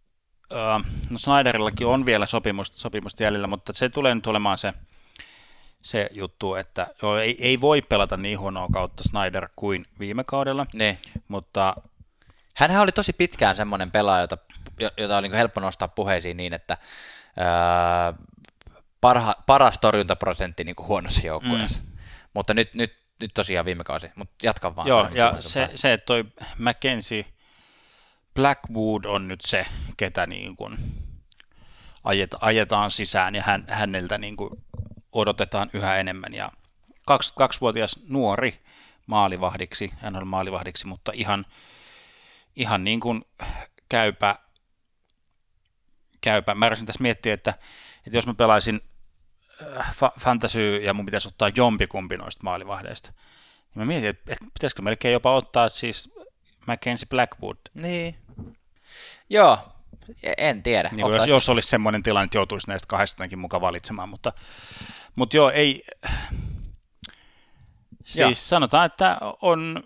[SPEAKER 1] no Schneiderillekin on vielä sopimusta jäljellä, mutta se tulee nyt olemaan se se juttu, että ei voi pelata niin huonoa kautta Snyder kuin viime kaudella, mutta
[SPEAKER 2] hänhän oli tosi pitkään semmoinen pelaaja, jota oli helppo nostaa puheisiin niin, että paras torjuntaprosentti niin kuin huonossa joukkueessa. Mutta nyt tosiaan viime kausi, mutta jatka vaan.
[SPEAKER 1] Joo, ja se, että toi Mackenzie Blackwood on nyt se, ketä niin kuin ajetaan sisään, ja häneltä niin kuin odotetaan yhä enemmän. Ja 22-vuotias nuori maalivahdiksi, hän on maalivahdiksi, mutta ihan niin kuin käypä. Mä yritin tässä miettiä, että jos mä pelaisin fantasy ja mun pitäisi ottaa jompikumpi noista maalivahdeista, niin mä mietin, että pitäisikö melkein jopa ottaa siis Mackenzie Blackwood.
[SPEAKER 2] Niin. Joo, en tiedä.
[SPEAKER 1] Niin jos olisi semmoinen tilanne, että joutuisi näistä kahdestakin mukaan valitsemaan, mutta joo, ei. Siis sanotaan, että on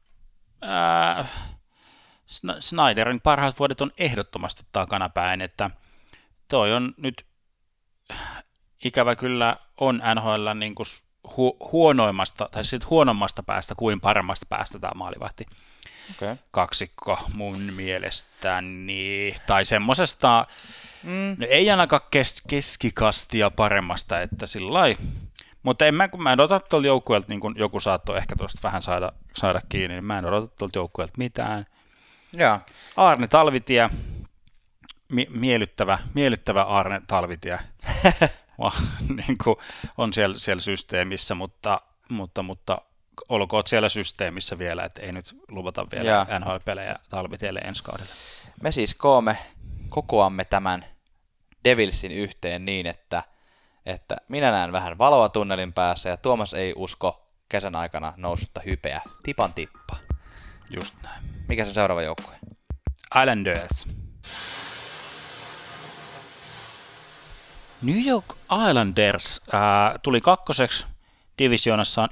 [SPEAKER 1] Snyderin parhaat vuodet on ehdottomasti takanapäin, että toi on nyt ikävä kyllä on NHL niin kuin huonoimmasta, tai sitten huonommasta päästä kuin paremmasta päästä tämä maalivahti.
[SPEAKER 2] Okay.
[SPEAKER 1] Kaksikko mun mielestäni, tai semmosesta, no ei ainakaan keskikastia paremmasta, että sillai. Mutta kun mä en odota tuolta joukkueelta, niin kuin joku saattoi ehkä tuosta vähän saada kiinni, niin mä en odota tuolta joukkueelta mitään.
[SPEAKER 2] Ja.
[SPEAKER 1] Aarne Talvitie, miellyttävä Aarne Talvitie niin kuin on siellä systeemissä, mutta olkoon siellä systeemissä vielä, että ei nyt luvata vielä NHL-pelejä Talvitielle ensi kaudella.
[SPEAKER 2] Me siis kokoamme tämän Devilsin yhteen niin, että minä näen vähän valoa tunnelin päässä ja Tuomas ei usko kesän aikana noussutta hypeä tipan tippa.
[SPEAKER 1] Just näin.
[SPEAKER 2] Mikä se on seuraava joukkue?
[SPEAKER 1] Islanders. New York Islanders tuli kakkoseksi divisionassaan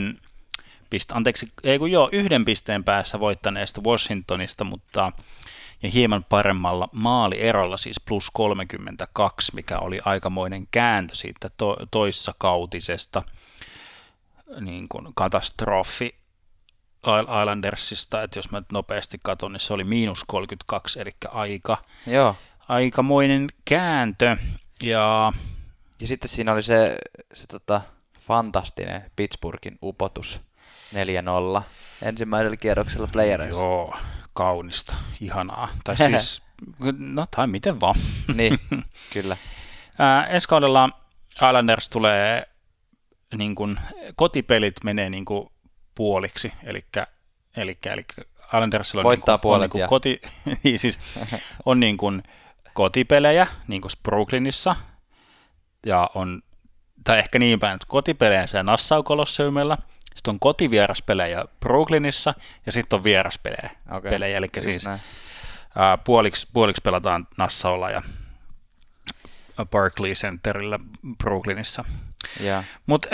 [SPEAKER 1] yhden pisteen päässä voittaneesta Washingtonista, mutta ja hieman paremmalla maalierolla, siis plus 32, mikä oli aikamoinen kääntö siitä toissakautisesta niin kuin katastrofi Islandersista, että jos mä nyt nopeasti katson, niin se oli miinus 32, eli aikamoinen kääntö. Ja
[SPEAKER 2] sitten siinä oli se fantastinen Pittsburghin upotus 4-0 ensimmäisellä kierroksella playereissa.
[SPEAKER 1] Joo, kaunista, ihanaa. Tai siis, tai miten vaan.
[SPEAKER 2] Niin, kyllä.
[SPEAKER 1] Ensi kaudella Islanders tulee, niin kuin, kotipelit menee niin kuin puoliksi, eli Islandersilla on, niin siis on niin kuin kotipelejä, niin kuin Brooklynissa, ja tai ehkä niin päin, että kotipelejä siellä Nassau Colosseumilla, sitten on kotivieraspelejä Brooklynissa, ja sitten on vieraspelejä, eli siis puoliksi pelataan Nassaulla ja Barclays Centerillä Brooklynissa.
[SPEAKER 2] Yeah.
[SPEAKER 1] Mutta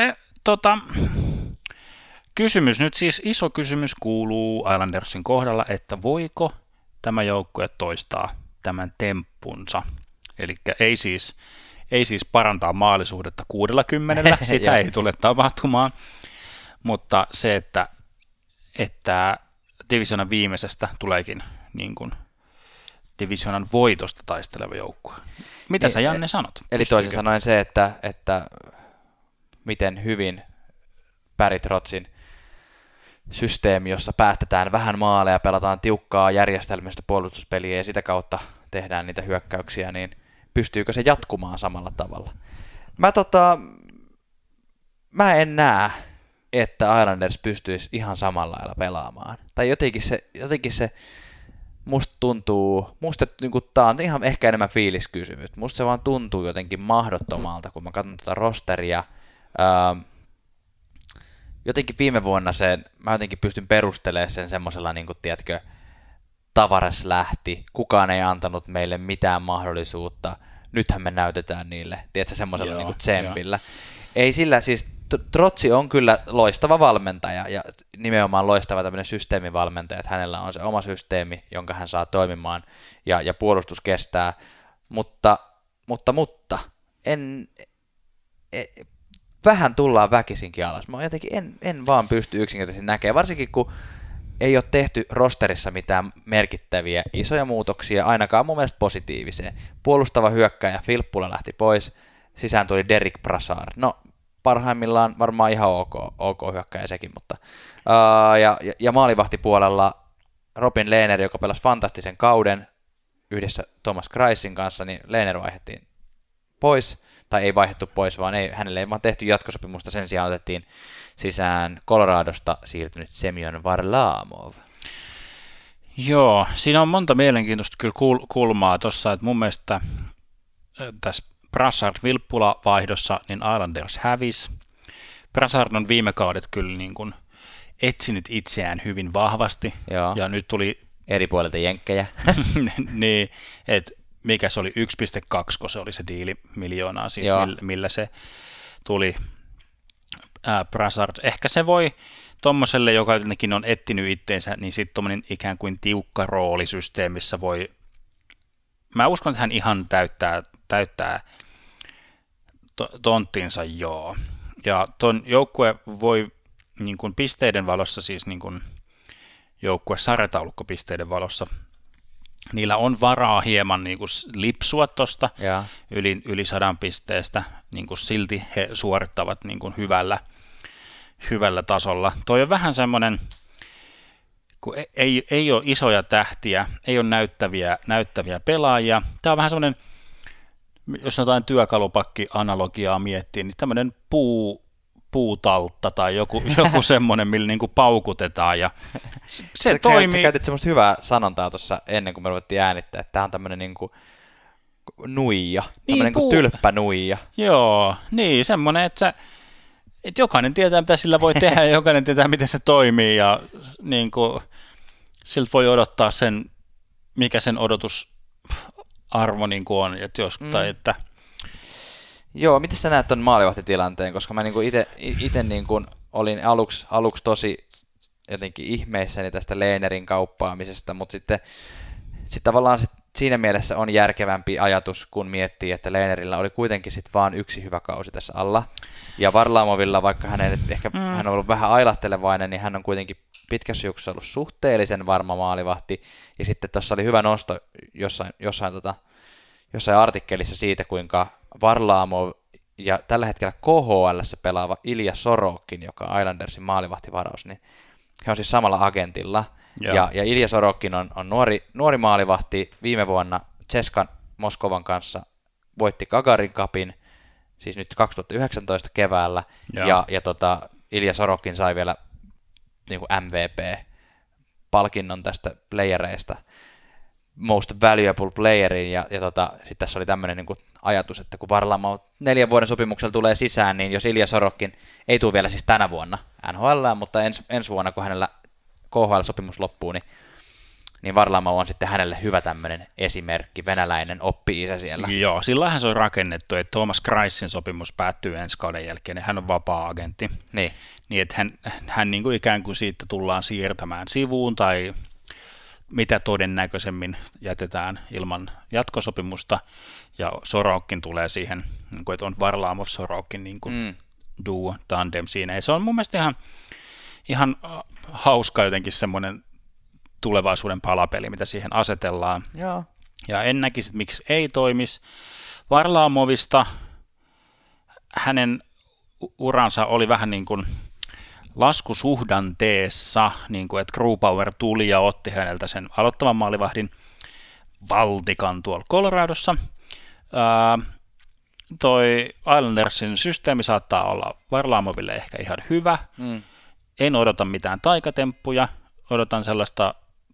[SPEAKER 1] kysymys nyt siis, iso kysymys kuuluu Islandersin kohdalla, että voiko tämä joukkue toistaa tämän temppunsa. Eli ei siis parantaa maalisuhdetta 60, sitä ei tule tapahtumaan, mutta se, että divisionan viimeisestä tuleekin niin kuin divisionan voitosta taisteleva joukkue. Mitä niin, sä, Janne, sanot?
[SPEAKER 2] Eli toisin sanoen se, että miten hyvin Barry Trotzin systeemi, jossa päästetään vähän maaleja, pelataan tiukkaa järjestelmistä puolustuspeliä ja sitä kautta tehdään niitä hyökkäyksiä, niin pystyykö se jatkumaan samalla tavalla? Mä en näe, että Islanders pystyisi ihan samalla lailla pelaamaan. Tai jotenkin se musta tuntuu, tää on ihan ehkä enemmän fiiliskysymys, musta se vaan tuntuu jotenkin mahdottomalta, kun mä katson tuota rosteria. Jotenkin viime vuonna mä jotenkin pystyn perustelemaan sen semmoisella, niin kuin tiedätkö, Tavares lähti, kukaan ei antanut meille mitään mahdollisuutta, nythän me näytetään niille, tiedätkö, semmoisella niin kuin tsempillä. Ei sillä, siis Trotsi on kyllä loistava valmentaja ja nimenomaan loistava tämmöinen systeemivalmentaja, että hänellä on se oma systeemi, jonka hän saa toimimaan ja puolustus kestää, mutta vähän tullaan väkisinkin alas. Mä jotenkin en vaan pysty yksinkertaisesti näkemään, varsinkin kun ei ole tehty rosterissa mitään merkittäviä isoja muutoksia, ainakaan mun mielestä positiiviseen. Puolustava hyökkääjä Filppula lähti pois, sisään tuli Derek Brassard. No, parhaimmillaan varmaan ihan ok hyökkääjä sekin, mutta ja maalivahtipuolella Robin Lehner, joka pelasi fantastisen kauden yhdessä Thomas Kreissin kanssa, niin Lehner vaihdettiin pois, tai ei vaihdettu pois, vaan hänelle ei vaan tehty jatkosopimusta, sen sijaan otettiin sisään Coloradosta siirtynyt Semyon Varlamov.
[SPEAKER 1] Joo, siinä on monta mielenkiintoista kyllä kulmaa tuossa, että mun mielestä tässä Brassard-Vilppula-vaihdossa niin Islanders hävisi. Brassard on viime kaudet kyllä niin kuin etsinyt itseään hyvin vahvasti, ja nyt tuli
[SPEAKER 2] eri puolilta jenkkejä.
[SPEAKER 1] Niin, että mikä se oli 1,2, kun se oli se diili miljoonaa, siis millä se tuli Brassard. Ehkä se voi tommoselle, joka jotenkin on etsinyt itteensä, niin sitten tommonen ikään kuin tiukka roolisysteemissä voi, mä uskon, että hän ihan täyttää tonttinsa, joo. Ja ton joukkue voi niin kuin pisteiden valossa, siis niin kuin joukkue sarjataulukkopisteiden valossa, niillä on varaa hieman niin kuin lipsua tuosta yli 100 pisteestä, niin kuin silti he suorittavat niin kuin hyvällä tasolla. Toi on vähän semmoinen, kun ei ole isoja tähtiä, ei ole näyttäviä pelaajia. Tämä on vähän semmoinen, jos jotain työkalupakki-analogiaa miettii, niin tämmöinen puutaltta tai joku semmoinen, millä niin kuin paukutetaan, ja se toimii.
[SPEAKER 2] Sä käytit semmoista hyvää sanontaa tuossa ennen kuin me ruvettiin äänittää, että tämä on tämmöinen niin kuin nuija, tämmöinen niin tylppänuija.
[SPEAKER 1] Joo, niin semmoinen, että jokainen tietää, mitä sillä voi tehdä, ja jokainen tietää, miten se toimii, ja niin kuin, siltä voi odottaa sen, mikä sen odotusarvo niin kuin on, tai että
[SPEAKER 2] Joo, miten sä näet ton maalivahtitilanteen, koska mä niinku ite niinku olin aluksi tosi jotenkin ihmeissäni tästä Lehnerin kauppaamisesta, mutta sitten tavallaan siinä mielessä on järkevämpi ajatus, kun miettii, että Lehnerillä oli kuitenkin sitten vaan yksi hyvä kausi tässä alla. Ja Varlamovilla, vaikka hän on ollut vähän ailahtelevainen, niin hän on kuitenkin pitkässä juoksussa ollut suhteellisen varma maalivahti. Ja sitten tuossa oli hyvä nosto jossain artikkelissa siitä, kuinka Varlamov ja tällä hetkellä KHL:ssä pelaava Ilja Sorokin, joka on Islandersin maalivahtivaraus, niin he on siis samalla agentilla. Ja Ilja Sorokin on nuori maalivahti. Viime vuonna CSKAn Moskovan kanssa voitti Gagarin Cupin, siis nyt 2019 keväällä. Ja Ilja Sorokin sai vielä niin kuin MVP-palkinnon tästä playereista. Most Valuable Playerin, ja sitten tässä oli tämmöinen niin kuin ajatus, että kun Varlamov 4 vuoden sopimuksella tulee sisään, niin jos Ilja Sorokin ei tule vielä siis tänä vuonna NHL, mutta ensi vuonna, kun hänellä KHL-sopimus loppuu, niin Varlamov on sitten hänelle hyvä tämmöinen esimerkki, venäläinen oppi-isä siellä.
[SPEAKER 1] Joo, sillähän se on rakennettu, että Thomas Kreissin sopimus päättyy ensi kauden jälkeen, ja hän on vapaa-agentti. Niin että hän niin kuin ikään kuin siitä tullaan siirtämään sivuun, tai mitä todennäköisemmin jätetään ilman jatkosopimusta, ja Sorokin tulee siihen, niin kuin, että on Varlamov Sorokin niin kuin duo, tandem siinä, ja se on mun mielestä ihan hauska jotenkin semmoinen tulevaisuuden palapeli, mitä siihen asetellaan.
[SPEAKER 2] Joo.
[SPEAKER 1] Ja en näkisi, miksi ei toimisi. Varlamovista hänen uransa oli vähän niin kuin laskusuhdanteessa, niin kuin, että Grubauer tuli ja otti häneltä sen aloittavan maalivahdin valtikan tuolla Coloradossa. Toi Islandersin systeemi saattaa olla Varlamoville ehkä ihan hyvä. En odota mitään taikatemppuja, odotan sellaista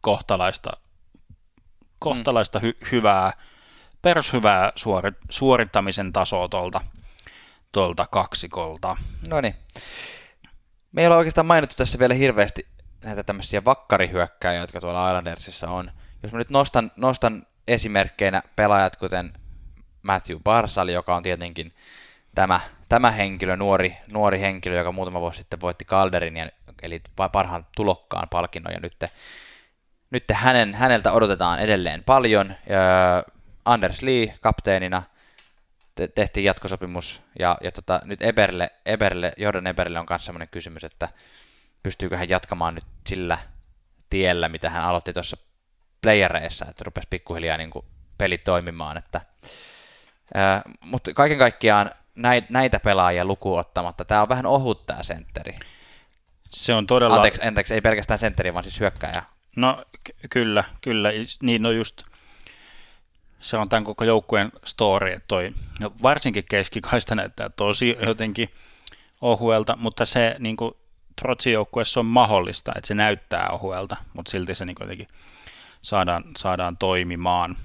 [SPEAKER 1] kohtalaista hyvää, perushyvää suorittamisen tasoa tuolta kaksikolta.
[SPEAKER 2] No niin. Me ei ole oikeastaan mainittu tässä vielä hirveästi näitä tämmöisiä vakkarihyökkäjiä, jotka tuolla Islandersissa on. Jos mä nyt nostan esimerkkeinä pelaajat, kuten Matthew Barzal, joka on tietenkin tämä henkilö, nuori henkilö, joka muutama vuosi sitten voitti Calderin, eli parhaan tulokkaan palkinnon, ja nyt häneltä odotetaan edelleen paljon. Anders Lee kapteenina, tehtiin jatkosopimus, ja nyt Jordan Eberle on myös sellainen kysymys, että pystyykö hän jatkamaan nyt sillä tiellä, mitä hän aloitti tuossa playereissa, että rupesi pikkuhiljaa niin kuin peli toimimaan. Mutta kaiken kaikkiaan näitä pelaajia lukuun ottamatta, tämä on vähän ohut tämä sentteri.
[SPEAKER 1] Se on todella...
[SPEAKER 2] Anteeksi, ei pelkästään sentteri, vaan siis hyökkääjä.
[SPEAKER 1] No kyllä. Niin no just, se on tämän koko joukkueen story, että varsinkin keskikaista näyttää tosi jotenkin ohuelta, mutta se niin kuin Trotsin joukkueessa on mahdollista, että se näyttää ohuelta, mutta silti se niin jotenkin saadaan toimimaan.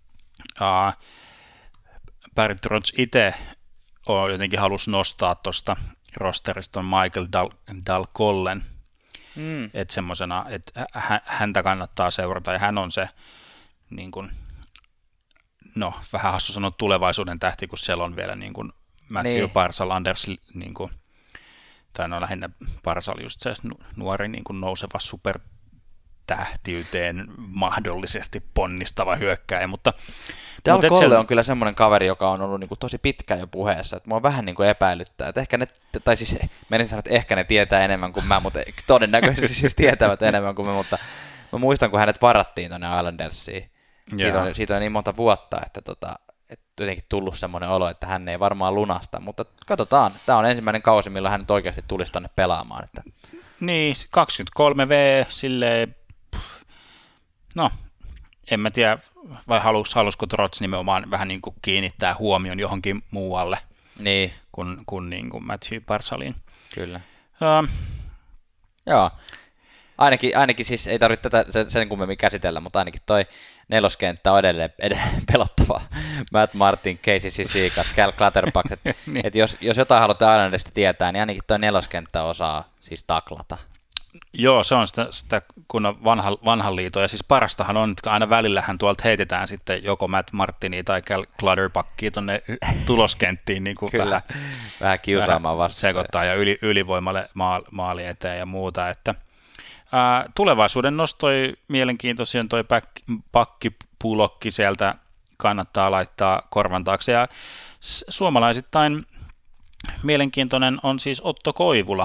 [SPEAKER 1] Barry Trotz itse jotenkin halusi nostaa tuosta rosterista Michael Dalcollen, että semmoisena, että häntä kannattaa seurata, ja hän on se, niin kuin, no vähän hassu sanoa tulevaisuuden tähti, kun siellä on vielä niin kuin Matthew Barzal, Anders, niin kuin, tai no lähinnä Barzal just se nuori niin kuin nouseva supertähtiyteen mahdollisesti ponnistava hyökkääjä, mutta
[SPEAKER 2] Dalcolle on kyllä semmoinen kaveri, joka on ollut niin kuin tosi pitkään jo puheessa, että mua vähän niin kuin epäilyttää, että ehkä ne, tai siis menisin sanoa, että ehkä ne tietää enemmän kuin mä, mutta todennäköisesti siis tietävät enemmän kuin mä, mutta mä muistan, kun hänet varattiin tuonne Islandersiin. Siitä on niin monta vuotta, että jotenkin tullut semmoinen olo, että hän ei varmaan lunasta, mutta katsotaan. Tämä on ensimmäinen kausi, milloin hän nyt oikeasti tulisi tuonne pelaamaan. Että...
[SPEAKER 1] Niin, 23V, silleen, no, en mä tiedä, vai halusiko Trotz nimenomaan vähän niin kuin kiinnittää huomion johonkin muualle kuin niin kuin Matthew Barzaliin.
[SPEAKER 2] Kyllä. Joo. Ainakin siis ei tarvitse tätä sen kummemmin käsitellä, mutta ainakin toi neloskenttä on edelleen pelottava. Matt Martin, Casey Cizikas, Cal Clutterbuck. Niin. Et jos jotain haluatte Islandista tietää, niin ainakin toi neloskenttä osaa siis taklata.
[SPEAKER 1] Joo, se on sitä kun on vanhan liiton, ja siis parastahan on, että aina välillähän tuolta heitetään sitten joko Matt Martinia tai Cal Clutterbackia tuonne tuloskenttiin niin kuin
[SPEAKER 2] vähän kiusaamaan vastaan.
[SPEAKER 1] Sekoittaa ja ylivoimalle maali eteen ja muuta, että tulevaisuuden nostoi mielenkiintoisia, toi pakkipulokki sieltä kannattaa laittaa korvan taakse, ja suomalaisittain mielenkiintoinen on siis Otto Koivula,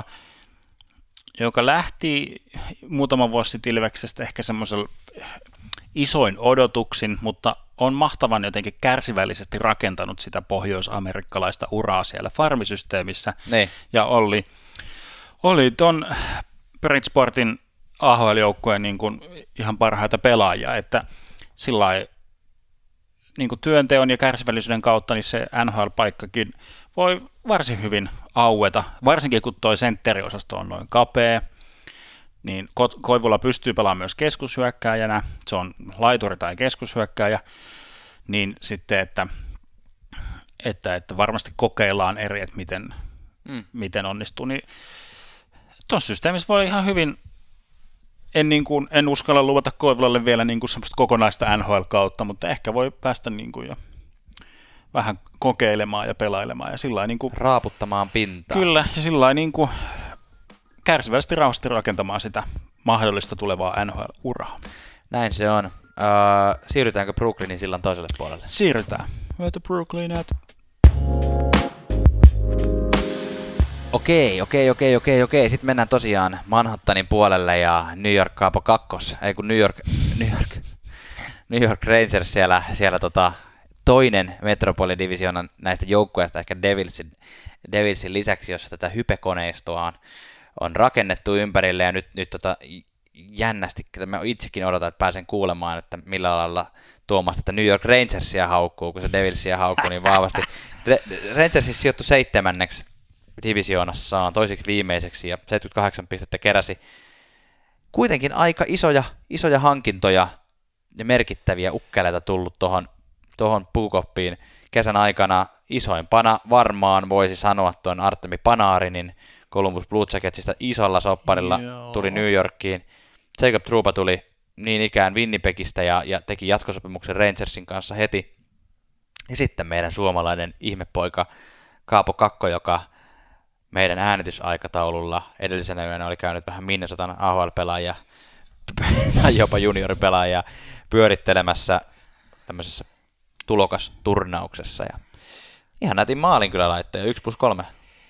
[SPEAKER 1] joka lähti muutama vuosi sitten Ilveksestä ehkä semmoisella isoin odotuksin, mutta on mahtavan jotenkin kärsivällisesti rakentanut sitä pohjois-amerikkalaista uraa siellä farmisysteemissä, ja oli ton Bridgeportin AHL-joukkueen niin kuin ihan parhaita pelaajia, että sillai niin kuin työnteon ja kärsivällisyyden kautta niin se NHL-paikkakin voi varsin hyvin aueta, varsinkin kun toi sentteriosasto on noin kapea, niin Koivula pystyy pelaamaan myös keskushyökkääjänä, se on laituri tai keskushyökkääjä, niin sitten, että varmasti kokeillaan eri, että miten onnistuu, niin tuossa systeemissä voi ihan hyvin, en uskalla luvata Koivulalle vielä niin kuin semmoista kokonaista NHL-kautta, mutta ehkä voi päästä niin kuin jo vähän kokeilemaan ja pelailemaan ja sillä niin kuin
[SPEAKER 2] raaputtamaan pintaa. Kyllä,
[SPEAKER 1] ja sillä niin kuin kärsivällisesti rauhallisesti rakentamaan sitä mahdollista tulevaa NHL-uraa.
[SPEAKER 2] Näin se on. Siirrytäänkö Brooklynin sillan toiselle puolelle?
[SPEAKER 1] Siirrytään. Myötä Brooklyn.
[SPEAKER 2] Okei. Sitten mennään tosiaan Manhattanin puolelle ja New York Capo 2, ei kun New York Rangers siellä toinen Metropolidivisionan näistä joukkueista, ehkä Devilsin lisäksi, jossa tätä hypekoneistoa on rakennettu ympärille, ja nyt jännästi, mä itsekin odotan, että pääsen kuulemaan, että millä lailla Tuomas tätä New York Rangersia haukkuu, kun se Devilsia haukkuu niin vahvasti. Rangersissa sijoittui 7. divisioonassaan toiseksi viimeiseksi, ja 78 pistettä keräsi. Kuitenkin aika isoja hankintoja ja merkittäviä ukkeleita tullut tuohon puukoppiin kesän aikana. Isoimpana varmaan voisi sanoa tuon Artemi Panarinin Columbus Blue Jacketsista isolla sopparilla tuli New Yorkiin. Jacob Trouba tuli niin ikään Winnipegistä ja teki jatkosopimuksen Rangersin kanssa heti. Ja sitten meidän suomalainen ihmepoika Kaapo Kakko, joka meidän äänitysaikataululla edellisenä yönä oli käynyt vähän Minnesotan AHL-pelaajia tai jopa junioripelaajia pyörittelemässä tämmöisessä tulokas turnauksessa. Ja ihan nätin maalin kyllä laittoi, 1+3.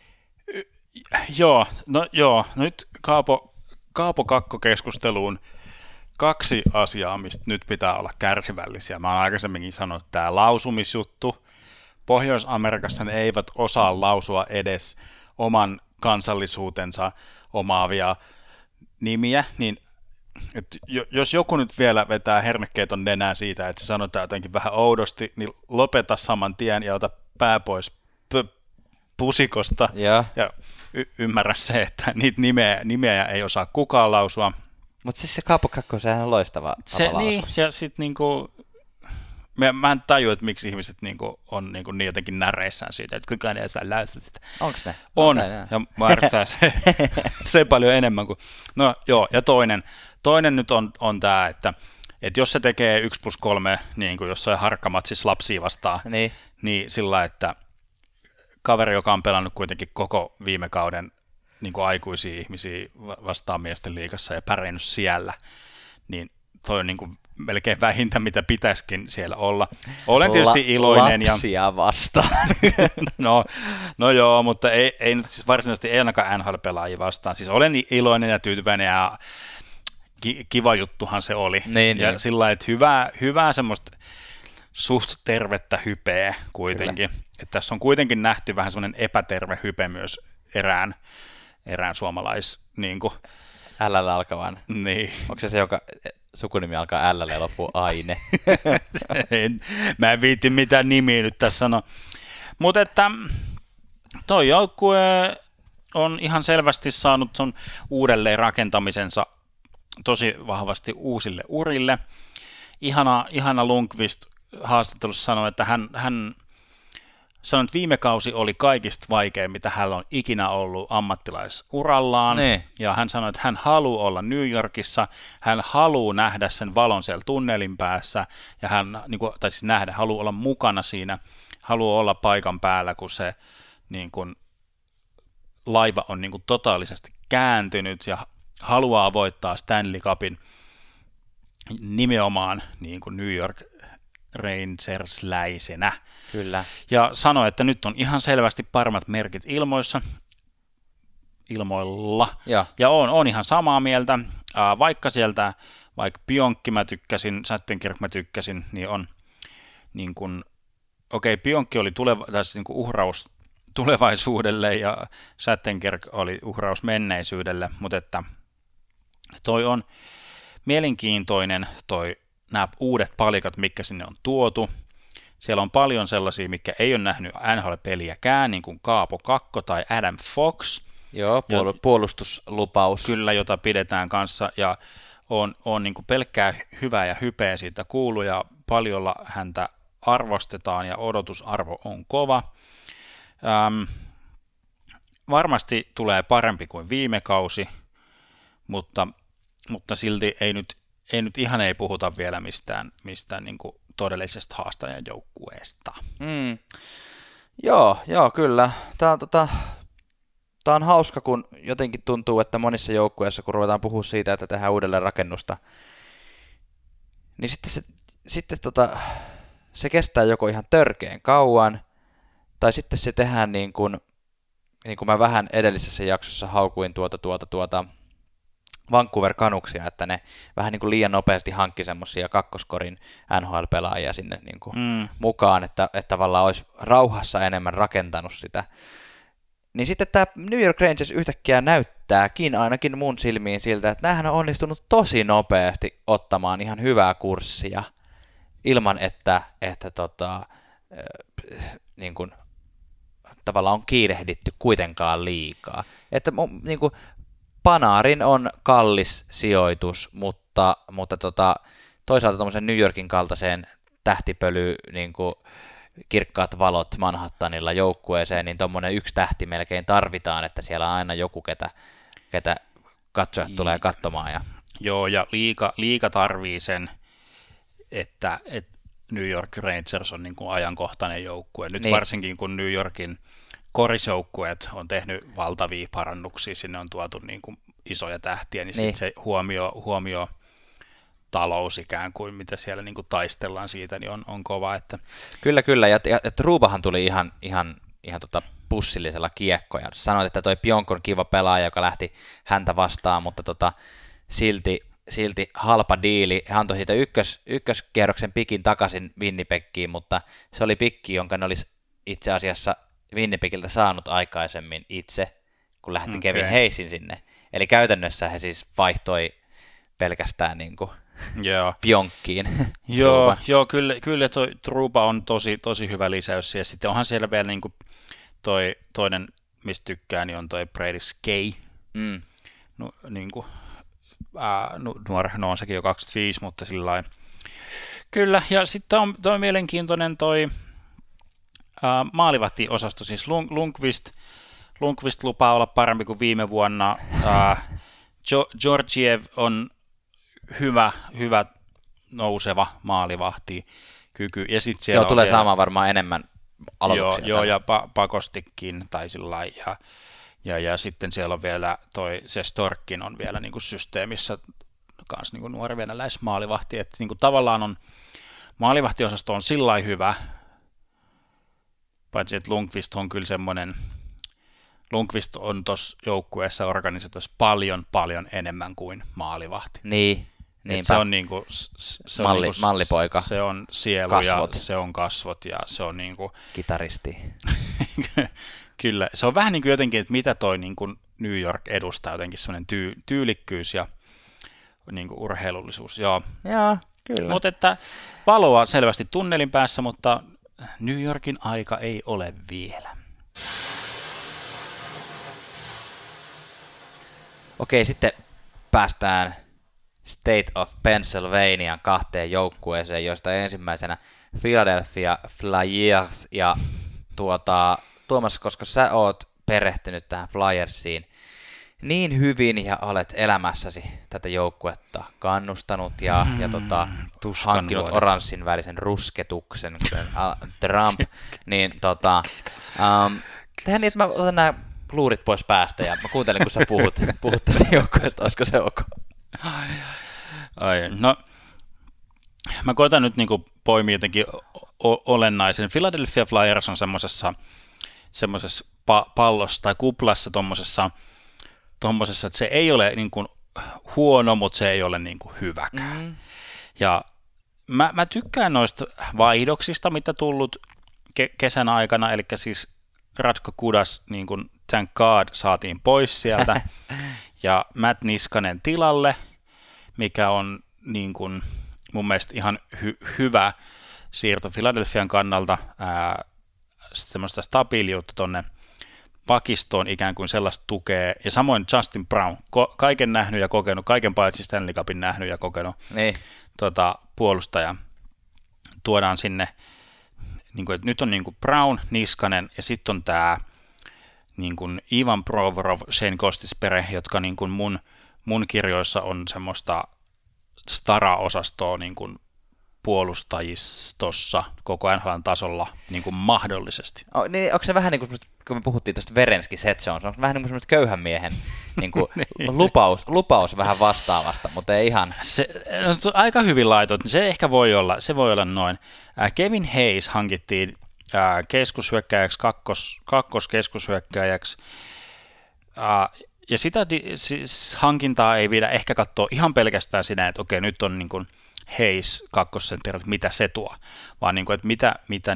[SPEAKER 1] Joo, nyt Kaapo Kakko-keskusteluun 2 asiaa, mistä nyt pitää olla kärsivällisiä. Mä oon aikaisemminkin sanonut, että tämä lausumisjuttu, Pohjois-Amerikassa ne eivät osaa lausua edes oman kansallisuutensa omaavia nimiä, niin jos joku nyt vielä vetää hernekeiton nenään siitä, että se sanotaan jotenkin vähän oudosti, niin lopeta saman tien ja ota pää pois pusikosta ja ymmärrä se, että niitä nimeä ei osaa kukaan lausua.
[SPEAKER 2] Mutta siis se Kaapo Kakko, sehän on loistava
[SPEAKER 1] niin, ja sitten niinku, mä en tajua, että miksi ihmiset niinku on niinku niin jotenkin näreissään siitä, että kukaan ei saa lausua sitä.
[SPEAKER 2] Onks ne?
[SPEAKER 1] On, ja mä ärsytää se paljon enemmän kuin, no joo, ja toinen nyt on tämä, että jos se tekee 1+3, niin kuin jossain harkkamatsissa lapsia vastaan, niin sillä että kaveri, joka on pelannut kuitenkin koko viime kauden niin kuin aikuisia ihmisiä vastaan miesten liigassa ja pärjännyt siellä, niin toi on niin kuin melkein vähintä, mitä pitäisikin siellä olla. Olen tietysti iloinen.
[SPEAKER 2] Lapsia vastaan.
[SPEAKER 1] no joo, mutta ei nyt siis varsinaisesti ei ainakaan NHL-pelaajia vastaan. Siis olen iloinen ja tyytyväinen ja kiva juttuhan se oli. Ja sillä lailla, että hyvää semmoista suht tervettä hypeä kuitenkin. Että tässä on kuitenkin nähty vähän semmoinen epäterve hype myös erään suomalais niin kuin
[SPEAKER 2] L alkavan.
[SPEAKER 1] Niin.
[SPEAKER 2] Onko se joka sukunimi alkaa L ja loppuu Aine?
[SPEAKER 1] Mä en viitti mitään nimiä nyt tässä sanoa. Mutta että toi joukkue on ihan selvästi saanut son uudelleen rakentamisensa tosi vahvasti uusille urille. Ihana Lundqvist haastattelussa sanoi, että hän sanoi, että viime kausi oli kaikista vaikein, mitä hän on ikinä ollut ammattilaisurallaan. Ja hän sanoi, että hän haluaa olla New Yorkissa, hän haluaa nähdä sen valon siellä tunnelin päässä, ja hän, tai siis nähdä, haluaa olla mukana siinä, haluaa olla paikan päällä, kun se niin kuin, laiva on niin kuin, totaalisesti kääntynyt, ja haluaa voittaa Stanley Cupin nimenomaan niin kuin New York Rangersläisenä.
[SPEAKER 2] Kyllä.
[SPEAKER 1] Ja sanoi, että nyt on ihan selvästi paremmat merkit ilmoilla. Ja on ihan samaa mieltä. Vaikka Pionkki mä tykkäsin, Shattenkirk mä tykkäsin, niin on niin kuin, Pionkki oli niin kuin uhraus tulevaisuudelle ja Shattenkirk oli uhraus menneisyydelle, mutta että toi on mielenkiintoinen nämä uudet palikat, mitkä sinne on tuotu. Siellä on paljon sellaisia, mitkä ei ole nähnyt NHL-peliäkään, niin kuin Kaapo Kakko tai Adam Fox.
[SPEAKER 2] Joo, puolustuslupaus.
[SPEAKER 1] Kyllä, jota pidetään kanssa, ja on niin kuin pelkkää hyvää ja hypeä siitä kuuluu, ja paljolla häntä arvostetaan, ja odotusarvo on kova. Varmasti tulee parempi kuin viime kausi, mutta silti ei nyt ihan ei puhuta vielä mistään niin kuin todellisesta haastajan joukkueesta.
[SPEAKER 2] Joo, kyllä. Tämä on hauska, kun jotenkin tuntuu, että monissa joukkueissa, kun ruvetaan puhua siitä, että tehdään uudelleen rakennusta, niin sitten se kestää joko ihan törkeän kauan, tai sitten se tehdään niin kuin mä vähän edellisessä jaksossa haukuin tuota Vancouver Canucksia, että ne vähän niin kuin liian nopeasti hankki semmoisia kakkoskorin NHL-pelaajia sinne niin kuin mukaan, että tavallaan olisi rauhassa enemmän rakentanut sitä. Niin sitten tämä New York Rangers yhtäkkiä näyttääkin ainakin mun silmiin siltä, että näähän on onnistunut tosi nopeasti ottamaan ihan hyvää kurssia ilman, että niin kuin, tavallaan on kiirehditty kuitenkaan liikaa. Että niin kuin, Panarin on kallis sijoitus, mutta toisaalta tuommoisen New Yorkin kaltaiseen tähtipöly, niin kuin kirkkaat valot Manhattanilla joukkueeseen, niin tuommoinen 1 tähti melkein tarvitaan, että siellä on aina joku, ketä katsojat tulee katsomaan.
[SPEAKER 1] Joo, ja liiga tarvii sen, että New York Rangers on niin kuin ajankohtainen joukkue. Nyt varsinkin kun New Yorkin korisjoukkueet on tehnyt valtavia parannuksia, sinne on tuotu niin kuin isoja tähtiä, niin sitten se huomio talous ikään kuin, mitä siellä niin kuin taistellaan siitä, niin on kova. Että...
[SPEAKER 2] Kyllä, ja Troubahan tuli ihan pussillisella kiekkoja. Sanoit, että toi Pionk on kiva pelaaja, joka lähti häntä vastaan, mutta silti halpa diili. Hän antoi siitä ykköskierroksen pikin takaisin Winnipegkiin, mutta se oli pikki, jonka ne olisi itse asiassa Winnipegiltä saanut aikaisemmin itse, kun lähti Kevin Hayesin sinne. Eli käytännössä he siis vaihtoi pelkästään niin kuin Pionkkiin.
[SPEAKER 1] Joo, kyllä toi Trouba on tosi hyvä lisäys. Ja sitten onhan siellä vielä niin kuin toi toinen, mistä tykkää, niin on toi Brady Skjei. No, niin kuin, nuori, on sekin jo 25, mutta sillä lailla. Kyllä, ja sitten on toi mielenkiintoinen toi maalivahtiosasto, siis Lundqvist lupaa olla parempi kuin viime vuonna. Georgiev on hyvä nouseva maalivahti kyky. Ja sit siellä
[SPEAKER 2] tulee vielä saamaan varmaan enemmän aloituksia.
[SPEAKER 1] Joo, ja Pakostikin tai sillä lailla. Ja sitten siellä on vielä se Storkin on vielä niin kuin systeemissä kans niin kuin nuori venäläismaalivahti. Että niin kuin tavallaan on maalivahtiosasto on sillä lailla hyvä, paitsi että Lundqvist on kyllä semmoinen, Lundqvist on tuossa joukkueessa organisaatiossa paljon enemmän kuin maalivahti.
[SPEAKER 2] Niinpä.
[SPEAKER 1] Se on niinku
[SPEAKER 2] mallipoika.
[SPEAKER 1] Se on sielu kasvot. Ja se on kasvot ja se on niinku
[SPEAKER 2] kitaristi.
[SPEAKER 1] Kyllä, se on vähän niin kuin jotenkin, että mitä toi niin kuin New York edustaa, jotenkin semmoinen tyylikkyys ja niin kuin urheilullisuus. Joo,
[SPEAKER 2] kyllä.
[SPEAKER 1] Mutta että valoa selvästi tunnelin päässä, mutta New Yorkin aika ei ole vielä.
[SPEAKER 2] Okei, sitten päästään State of Pennsylvanian 2 joukkueeseen, joista ensimmäisenä Philadelphia Flyers ja Tuomas, koska sä oot perehtynyt tähän Flyersiin niin hyvin ja olet elämässäsi tätä joukkuetta kannustanut ja hankkinut oranssin värisen rusketuksen, kuten Trump, niin tehdään niin, että mä otan nämä luurit pois päästä ja mä kuuntelen, kun sä puhut tästä joukkueesta, olisiko se ok?
[SPEAKER 1] No, mä koitan nyt niinku poimia jotenkin olennaisen. Philadelphia Flyers on semmoisessa pallossa tai kuplassa tommosessa, että se ei ole niin kuin huono, mutta se ei ole niin kuin hyväkään. Ja mä tykkään noista vaihdoksista, mitä tullut kesän aikana, eli siis Radko Gudas, niin kuin thank God, saatiin pois sieltä, ja Matt Niskanen tilalle, mikä on niin kuin mun mielestä ihan hyvä siirto Philadelphian kannalta, semmoista stabiiliutta tonne pakistoon ikään kuin sellaista tukee, ja samoin Justin Brown, kaiken nähnyt ja kokenut, kaiken paitsi Stanley Cupin nähnyt ja kokenut puolustaja, tuodaan sinne, niin kuin, että nyt on niin kuin Brown, Niskanen, ja sitten on tämä niin kuin Ivan Provorov, Shane Gostisbehere, jotka niin kuin mun kirjoissa on semmoista stara-osastoa niin kuin puolustajistossa koko NHL:n tasolla niin kuin mahdollisesti.
[SPEAKER 2] Niin, onko se vähän niin kuin, kun me puhuttiin tuosta Werenski Seth Jones, onko se vähän niin kuin köyhän miehen niin kuin lupaus vähän vastaavasta, mutta ei ihan.
[SPEAKER 1] Aika hyvin laitot, se ehkä voi olla noin. Kevin Hayes hankittiin keskushyökkääjäksi, kakkoskeskushyökkääjäksi, ja sitä hankintaa ei vielä ehkä katsoa ihan pelkästään siinä, että okei, nyt on niin kuin Hayes kakkosentteri, että mitä se tuo, vaan niin kuin, että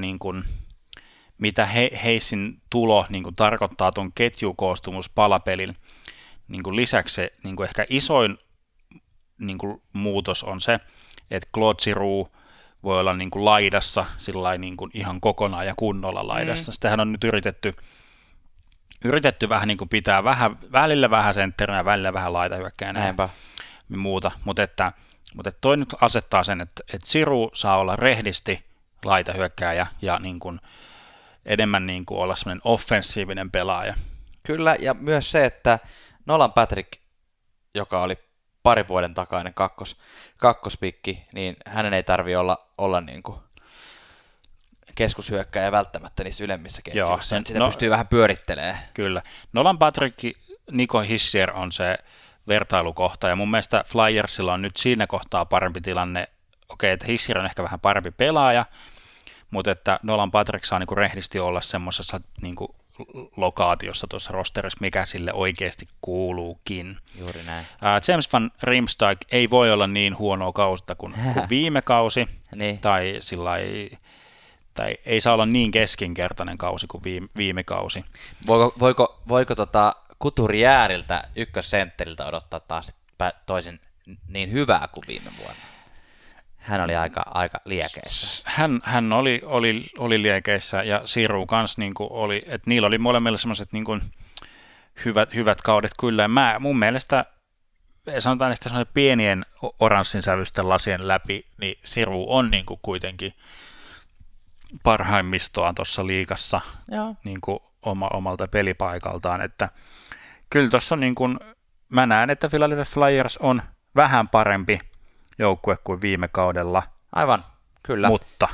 [SPEAKER 1] mitä Hayesin tulo niin kuin tarkoittaa tuon ketjukoostumuspalapelin niin kuin lisäksi se niin kuin ehkä isoin niin kuin muutos on se, että Claude Giroux voi olla niin kuin laidassa sillain niin kuin ihan kokonaan ja kunnolla laidassa. Sitähän on nyt yritetty vähän niin kuin pitää välillä vähän sentterinä ja välillä vähän laitahyökkäjänä ja muuta, mutta toi nyt asettaa sen, että Giroux saa olla rehdisti laitahyökkääjä ja niin kuin enemmän niin kuin olla semmoinen offensiivinen pelaaja.
[SPEAKER 2] Kyllä, ja myös se, että Nolan Patrick, joka oli parin vuoden takainen kakkospikki, niin hänen ei tarvitse olla niin kuin keskushyökkääjä välttämättä niissä ylemmissä ketjuissa. Sitä pystyy vähän pyörittelemään.
[SPEAKER 1] Kyllä. Nolan Patrick, Nico Hischier on se vertailukohta, ja mun mielestä Flyersilla on nyt siinä kohtaa parempi tilanne. Okei, että Hischier on ehkä vähän parempi pelaaja, mutta että Nolan Patrick saa niinku rehdisti olla semmoisessa niinku lokaatiossa tuossa rosterissa, mikä sille oikeasti kuuluukin.
[SPEAKER 2] Juuri näin.
[SPEAKER 1] James Van Riemsdyk ei voi olla niin huonoa kausta kuin viime kausi,
[SPEAKER 2] niin.
[SPEAKER 1] tai ei saa olla niin keskinkertainen kausi kuin viime kausi.
[SPEAKER 2] Voiko Couturièriltä ykkössentteriltä odottaa taas toisin niin hyvää kuin viime vuonna? Hän oli aika liekeissä.
[SPEAKER 1] Hän oli liekeissä, ja Siru kanssa niinku oli, että niillä oli molemmilla semmoiset niinku hyvät kaudet kyllä. Ja mun mielestä, sanotaan ehkä semmoinen pienien oranssin sävysten lasien läpi, niin Siru on niinku kuitenkin parhaimmistoaan tuossa liigassa niinku omalta pelipaikaltaan. Että kyllä tuossa on niinku, mä näen, että Philadelphia Flyers on vähän parempi joukkue kuin viime kaudella.
[SPEAKER 2] Aivan, kyllä.
[SPEAKER 1] Mutta.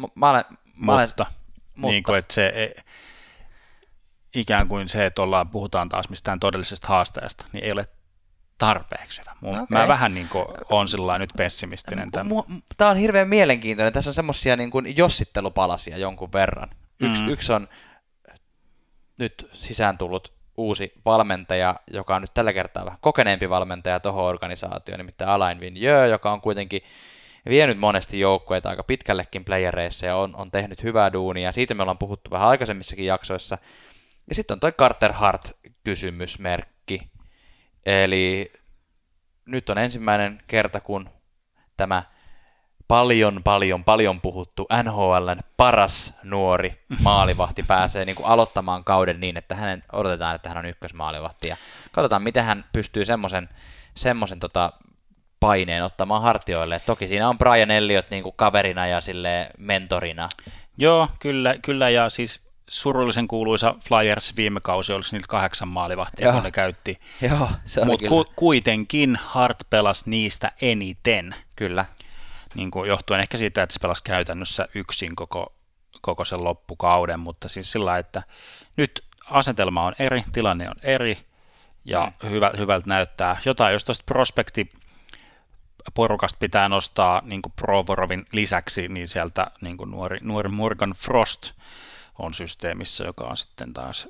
[SPEAKER 1] Niin kuin, että se ikään kuin se, että puhutaan taas mistään todellisesta haastajasta, niin ei ole tarpeeksi hyvä. Mä vähän niin kuin olen sillä nyt pessimistinen.
[SPEAKER 2] Tämä on hirveän mielenkiintoinen. Tässä on semmoisia niin kuin jossittelupalasia jonkun verran. Yksi on nyt sisään tullut uusi valmentaja, joka on nyt tällä kertaa vähän kokeneempi valmentaja tuohon organisaatioon, nimittäin Alain Vigneault, joka on kuitenkin vienyt monesti joukkueita aika pitkällekin playereissa ja on tehnyt hyvää duunia. Siitä me ollaan puhuttu vähän aikaisemmissakin jaksoissa. Ja sitten on toi Carter Hart-kysymysmerkki. Eli nyt on ensimmäinen kerta, kun tämä paljon puhuttu NHL:n paras nuori maalivahti pääsee niin kuin aloittamaan kauden niin, että odotetaan, että hän on ykkösmaalivahti. Ja katsotaan, miten hän pystyy semmoisen paineen ottamaan hartioille. Et toki siinä on Brian Elliott niin kuin kaverina ja mentorina.
[SPEAKER 1] Joo, kyllä, ja siis surullisen kuuluisa Flyers viime kausi olisi niillä 8 maalivahtia, kun ne käytti. Mutta kuitenkin Hart pelasi niistä eniten.
[SPEAKER 2] Kyllä.
[SPEAKER 1] Niin kuin johtuen ehkä siitä, että se pelasi käytännössä yksin koko sen loppukauden, mutta siis sillä, että nyt asetelma on eri, tilanne on eri, ja hyvältä näyttää. Jotain, jos tuosta prospektiporukasta pitää nostaa niin kuin Provorovin lisäksi, niin sieltä niin kuin nuori Morgan Frost on systeemissä, joka on sitten taas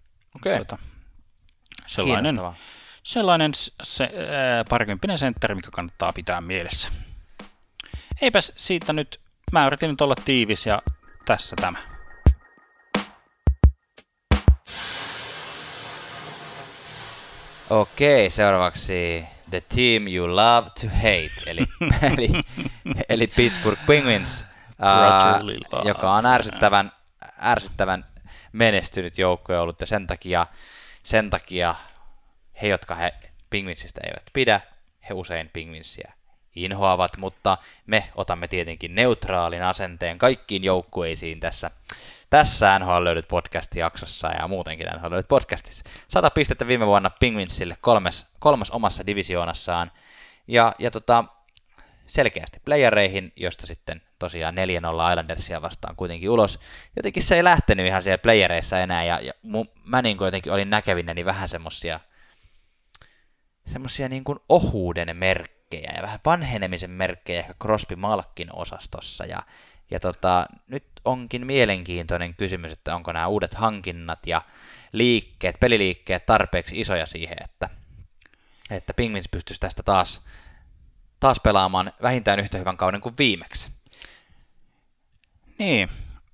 [SPEAKER 1] sellainen parikymppinen sentteri, mikä kannattaa pitää mielessä. Eipäs siitä nyt, mä yritin nyt olla tiivis ja tässä tämä.
[SPEAKER 2] Okei, seuraavaksi The Team You Love to Hate, eli Pittsburgh Penguins, joka on ärsyttävän menestynyt joukkue ollut, ja sen takia he, jotka he Penguinsista eivät pidä, he usein Penguinsia inhoavat, mutta me otamme tietenkin neutraalin asenteen kaikkiin joukkueisiin tässä NHL löydyt podcast-jaksossa ja muutenkin NHL löydyt podcastissa. 100 pistettä viime vuonna Penguinsille, kolmas omassa divisioonassaan ja selkeästi playereihin, josta sitten tosiaan 4-0 Islandersia vastaan kuitenkin ulos. Jotenkin se ei lähtenyt ihan siellä playereissa enää ja mä niin kuin jotenkin olin näkevinäni vähän semmosia niin kuin ohuuden merkkejä ja vähän vanhenemisen merkkejä ehkä Crosby Malkin osastossa ja nyt onkin mielenkiintoinen kysymys, että onko nämä uudet hankinnat ja peliliikkeet tarpeeksi isoja siihen, että Penguins pystyisi tästä taas pelaamaan vähintään yhtä hyvän kauden kuin viimeksi.
[SPEAKER 1] Niin.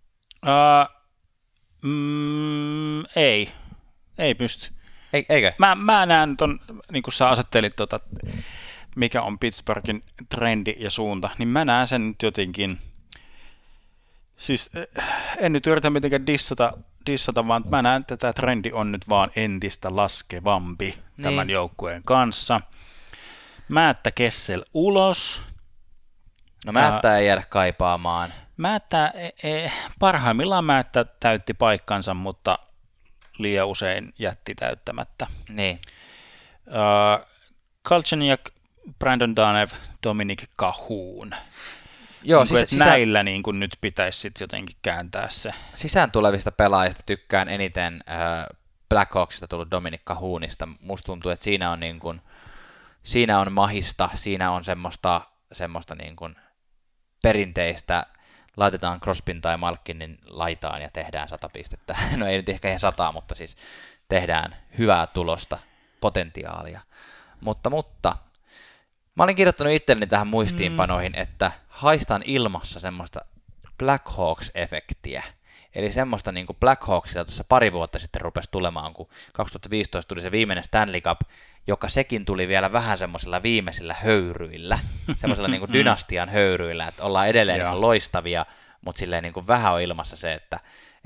[SPEAKER 1] Ei pysty.
[SPEAKER 2] Eikö?
[SPEAKER 1] Mä näen ton, niin kuin sä asettelit mikä on Pittsburghin trendi ja suunta, niin mä näen sen nyt jotenkin, siis en nyt yritä mitenkään dissata, vaan mä näen, että tämä trendi on nyt vaan entistä laskevampi tämän joukkueen kanssa. Määttä Kessel ulos.
[SPEAKER 2] No Määttä ei jäädä kaipaamaan.
[SPEAKER 1] Määttä, parhaimmillaan Määttä täytti paikkansa, mutta liian usein jätti täyttämättä.
[SPEAKER 2] Niin.
[SPEAKER 1] Galchenyuk, Brandon Tanev, Dominic Cahoon.
[SPEAKER 2] Joo,
[SPEAKER 1] näillä niin kuin nyt pitäisi sitten jotenkin kääntää se.
[SPEAKER 2] Sisään tulevista pelaajista tykkään eniten Blackhawksista tullut Dominic Cahoonista. Musta tuntuu, että siinä on niin kuin siinä on mahista, siinä on semmoista niin kuin perinteistä, laitetaan Crosbyn tai Malkinin laitaan ja tehdään 100 pistettä. No ei nyt ehkä ihan 100, mutta siis tehdään hyvää tulosta, potentiaalia. Mutta mä olin kirjoittanut itselleni tähän muistiinpanoihin, että haistan ilmassa semmoista Black Hawks-efektiä. Eli semmoista niin kuin Black Hawksilla tuossa pari vuotta sitten rupesi tulemaan, kun 2015 tuli se viimeinen Stanley Cup, joka sekin tuli vielä vähän semmoisilla viimeisillä höyryillä, semmoisilla niin kuin dynastian höyryillä, että ollaan edelleen ihan loistavia, mutta silleen niin kuin vähän on ilmassa se, että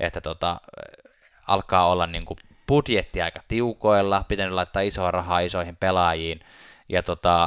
[SPEAKER 2] alkaa olla niin kuin budjetti aika tiukoilla, pitänyt laittaa isoa rahaa isoihin pelaajiin, ja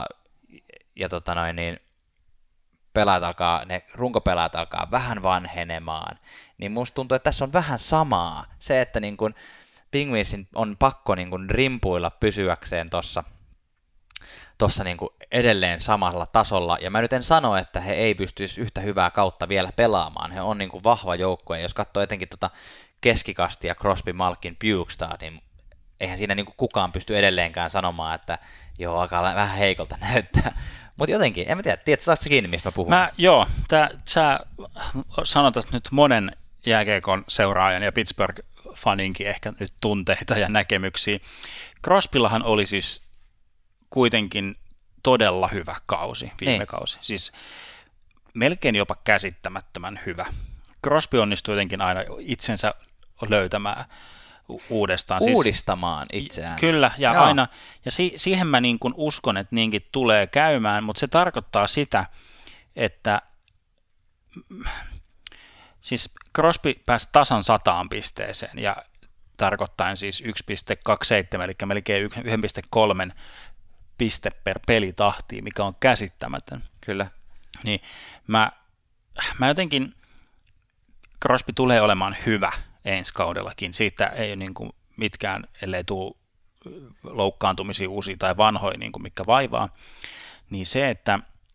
[SPEAKER 2] ne runkopelaajat alkaa vähän vanhenemaan, niin musta tuntuu, että tässä on vähän samaa. Se, että niin kun Penguinsin on pakko niin kun rimpuilla pysyäkseen tuossa niin kun edelleen samalla tasolla, ja mä nyt en sano, että he ei pystyisi yhtä hyvää kautta vielä pelaamaan. He on niin kun vahva joukkue, jos katsoo etenkin keskikastia Crosby, Malkin, Bjugstad, niin eihän siinä niin kukaan pysty edelleenkään sanomaan, että joo, alkaa vähän heikolta näyttää. Mutta jotenkin, en mä tiedä, saatko kiinni, mistä mä puhun?
[SPEAKER 1] Sä sanotat nyt monen jääkiekon seuraajan ja Pittsburgh-faninkin ehkä nyt tunteita ja näkemyksiä. Crosbyllahan oli siis kuitenkin todella hyvä kausi, viime kausi. Siis melkein jopa käsittämättömän hyvä. Crosby onnistui jotenkin aina itsensä löytämään uudestaan.
[SPEAKER 2] Uudistamaan itseään.
[SPEAKER 1] Kyllä, ja aina, ja siihen mä niin kuin uskon, että niinkin tulee käymään, mutta se tarkoittaa sitä, että siis Crosby pääsi tasan 100 pisteeseen, ja tarkoittaen siis 1,27, eli melkein 1,3 piste per pelitahti, mikä on käsittämätön.
[SPEAKER 2] Kyllä.
[SPEAKER 1] Niin mä jotenkin, Crosby tulee olemaan hyvä ensi kaudellakin. Siitä ei ole niin kuin mitkään, ellei tule loukkaantumisia uusia tai vanhoja, niin kuin mikä vaivaa. Niin se, että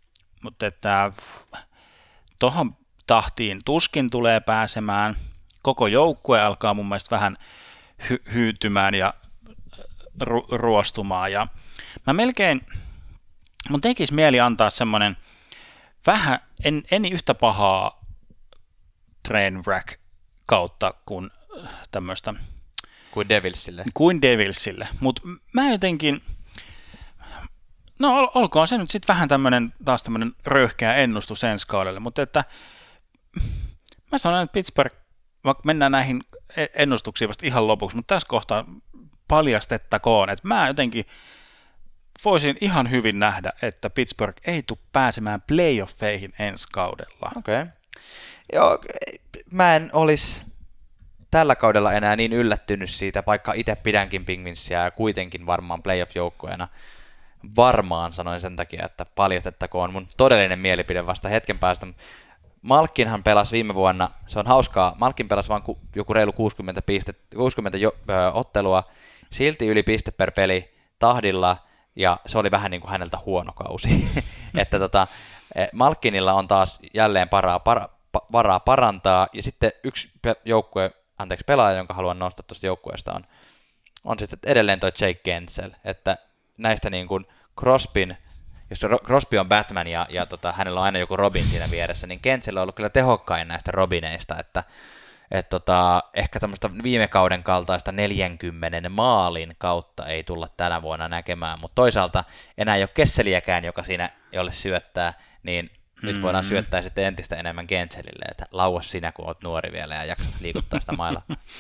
[SPEAKER 1] tuohon tahtiin tuskin tulee pääsemään. Koko joukkue alkaa mun mielestä vähän hyytymään ja ruostumaan. Ja mun tekisi mieli antaa semmoinen vähän, en yhtä pahaa trainwreck kautta kuin tämmöistä kuin Devilsille, mutta mä jotenkin, no olkoon se nyt sitten vähän taas tämmöinen röyhkeä ennustus ensi kaudelle, mutta että mä sanon, että Pittsburgh, vaikka mennään näihin ennustuksiin vasta ihan lopuksi, mutta tässä kohtaa paljastettakoon, että mä jotenkin voisin ihan hyvin nähdä, että Pittsburgh ei tule pääsemään playoffeihin ensi kaudella.
[SPEAKER 2] Okei. Joo, mä en olisi tällä kaudella enää niin yllättynyt siitä, vaikka itse pidänkin Penguinsia ja kuitenkin varmaan playoff-joukkueena. Varmaan sanoin sen takia, että paljastettakoon mun todellinen mielipide vasta hetken päästä. Malkinhan pelasi viime vuonna, se on hauskaa, Malkin pelasi vain joku reilu 60 ottelua, silti yli piste per peli tahdilla, ja se oli vähän niin kuin häneltä huono kausi. Että Malkinilla on taas jälleen varaa parantaa, ja sitten yksi pelaaja, jonka haluan nostaa tuosta joukkueesta, on sitten edelleen toi Jake Gensel, että näistä niin kuin Crosbyn, jos Crosby on Batman ja hänellä on aina joku Robin siinä vieressä, niin Gensel on ollut kyllä tehokkain näistä Robineista, että ehkä tämmöistä viime kauden kaltaista 40 maalin kautta ei tulla tänä vuonna näkemään, mutta toisaalta enää ei ole Kesseliäkään, joka siinä jolle syöttää, niin nyt voidaan syöttää sitten entistä enemmän Genselille, että lauas sinä, kun oot nuori vielä ja jaksat liikuttaa sitä mailla.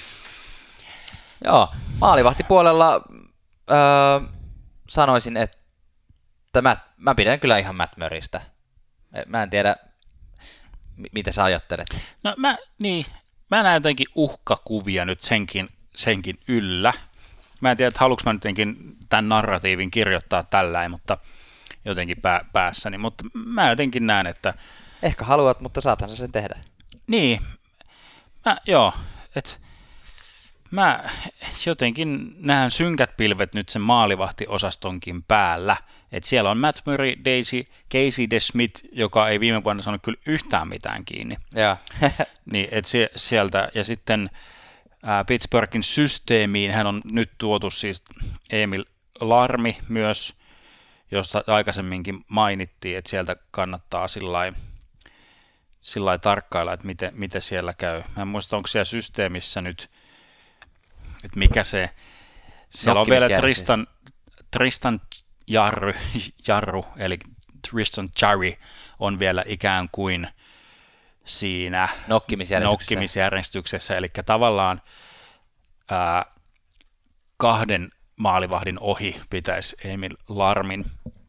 [SPEAKER 2] Joo, maalivahtipuolella sanoisin, että mä pidän kyllä ihan Matt Murraystä. Mä en tiedä, mitä sä ajattelet.
[SPEAKER 1] No mä näen jotenkin uhkakuvia nyt senkin yllä. Mä en tiedä, että haluanko mä nyt tämän narratiivin kirjoittaa tälläin, mutta jotenkin päässäni, mutta mä jotenkin näen, että
[SPEAKER 2] ehkä haluat, mutta saatan sä sen tehdä.
[SPEAKER 1] Niin, mä jotenkin näen synkät pilvet nyt sen maalivahtiosastonkin päällä, että siellä on Matt Murray, Casey DeSmith, joka ei viime vuonna saanut kyllä yhtään mitään kiinni.
[SPEAKER 2] Joo.
[SPEAKER 1] Niin, että sieltä, ja sitten Pittsburghin systeemiin hän on nyt tuotu siis Emil Larmi myös, josta aikaisemminkin mainittiin, että sieltä kannattaa sillä tarkkailla, että miten siellä käy. Mä en muista, onko siellä systeemissä nyt, että mikä se, siellä on vielä Tristan Jarru, eli Tristan Jarry on vielä ikään kuin siinä nokkimisjärjestyksessä, eli tavallaan kahden maalivahdin ohi pitäisi Emil Larmin.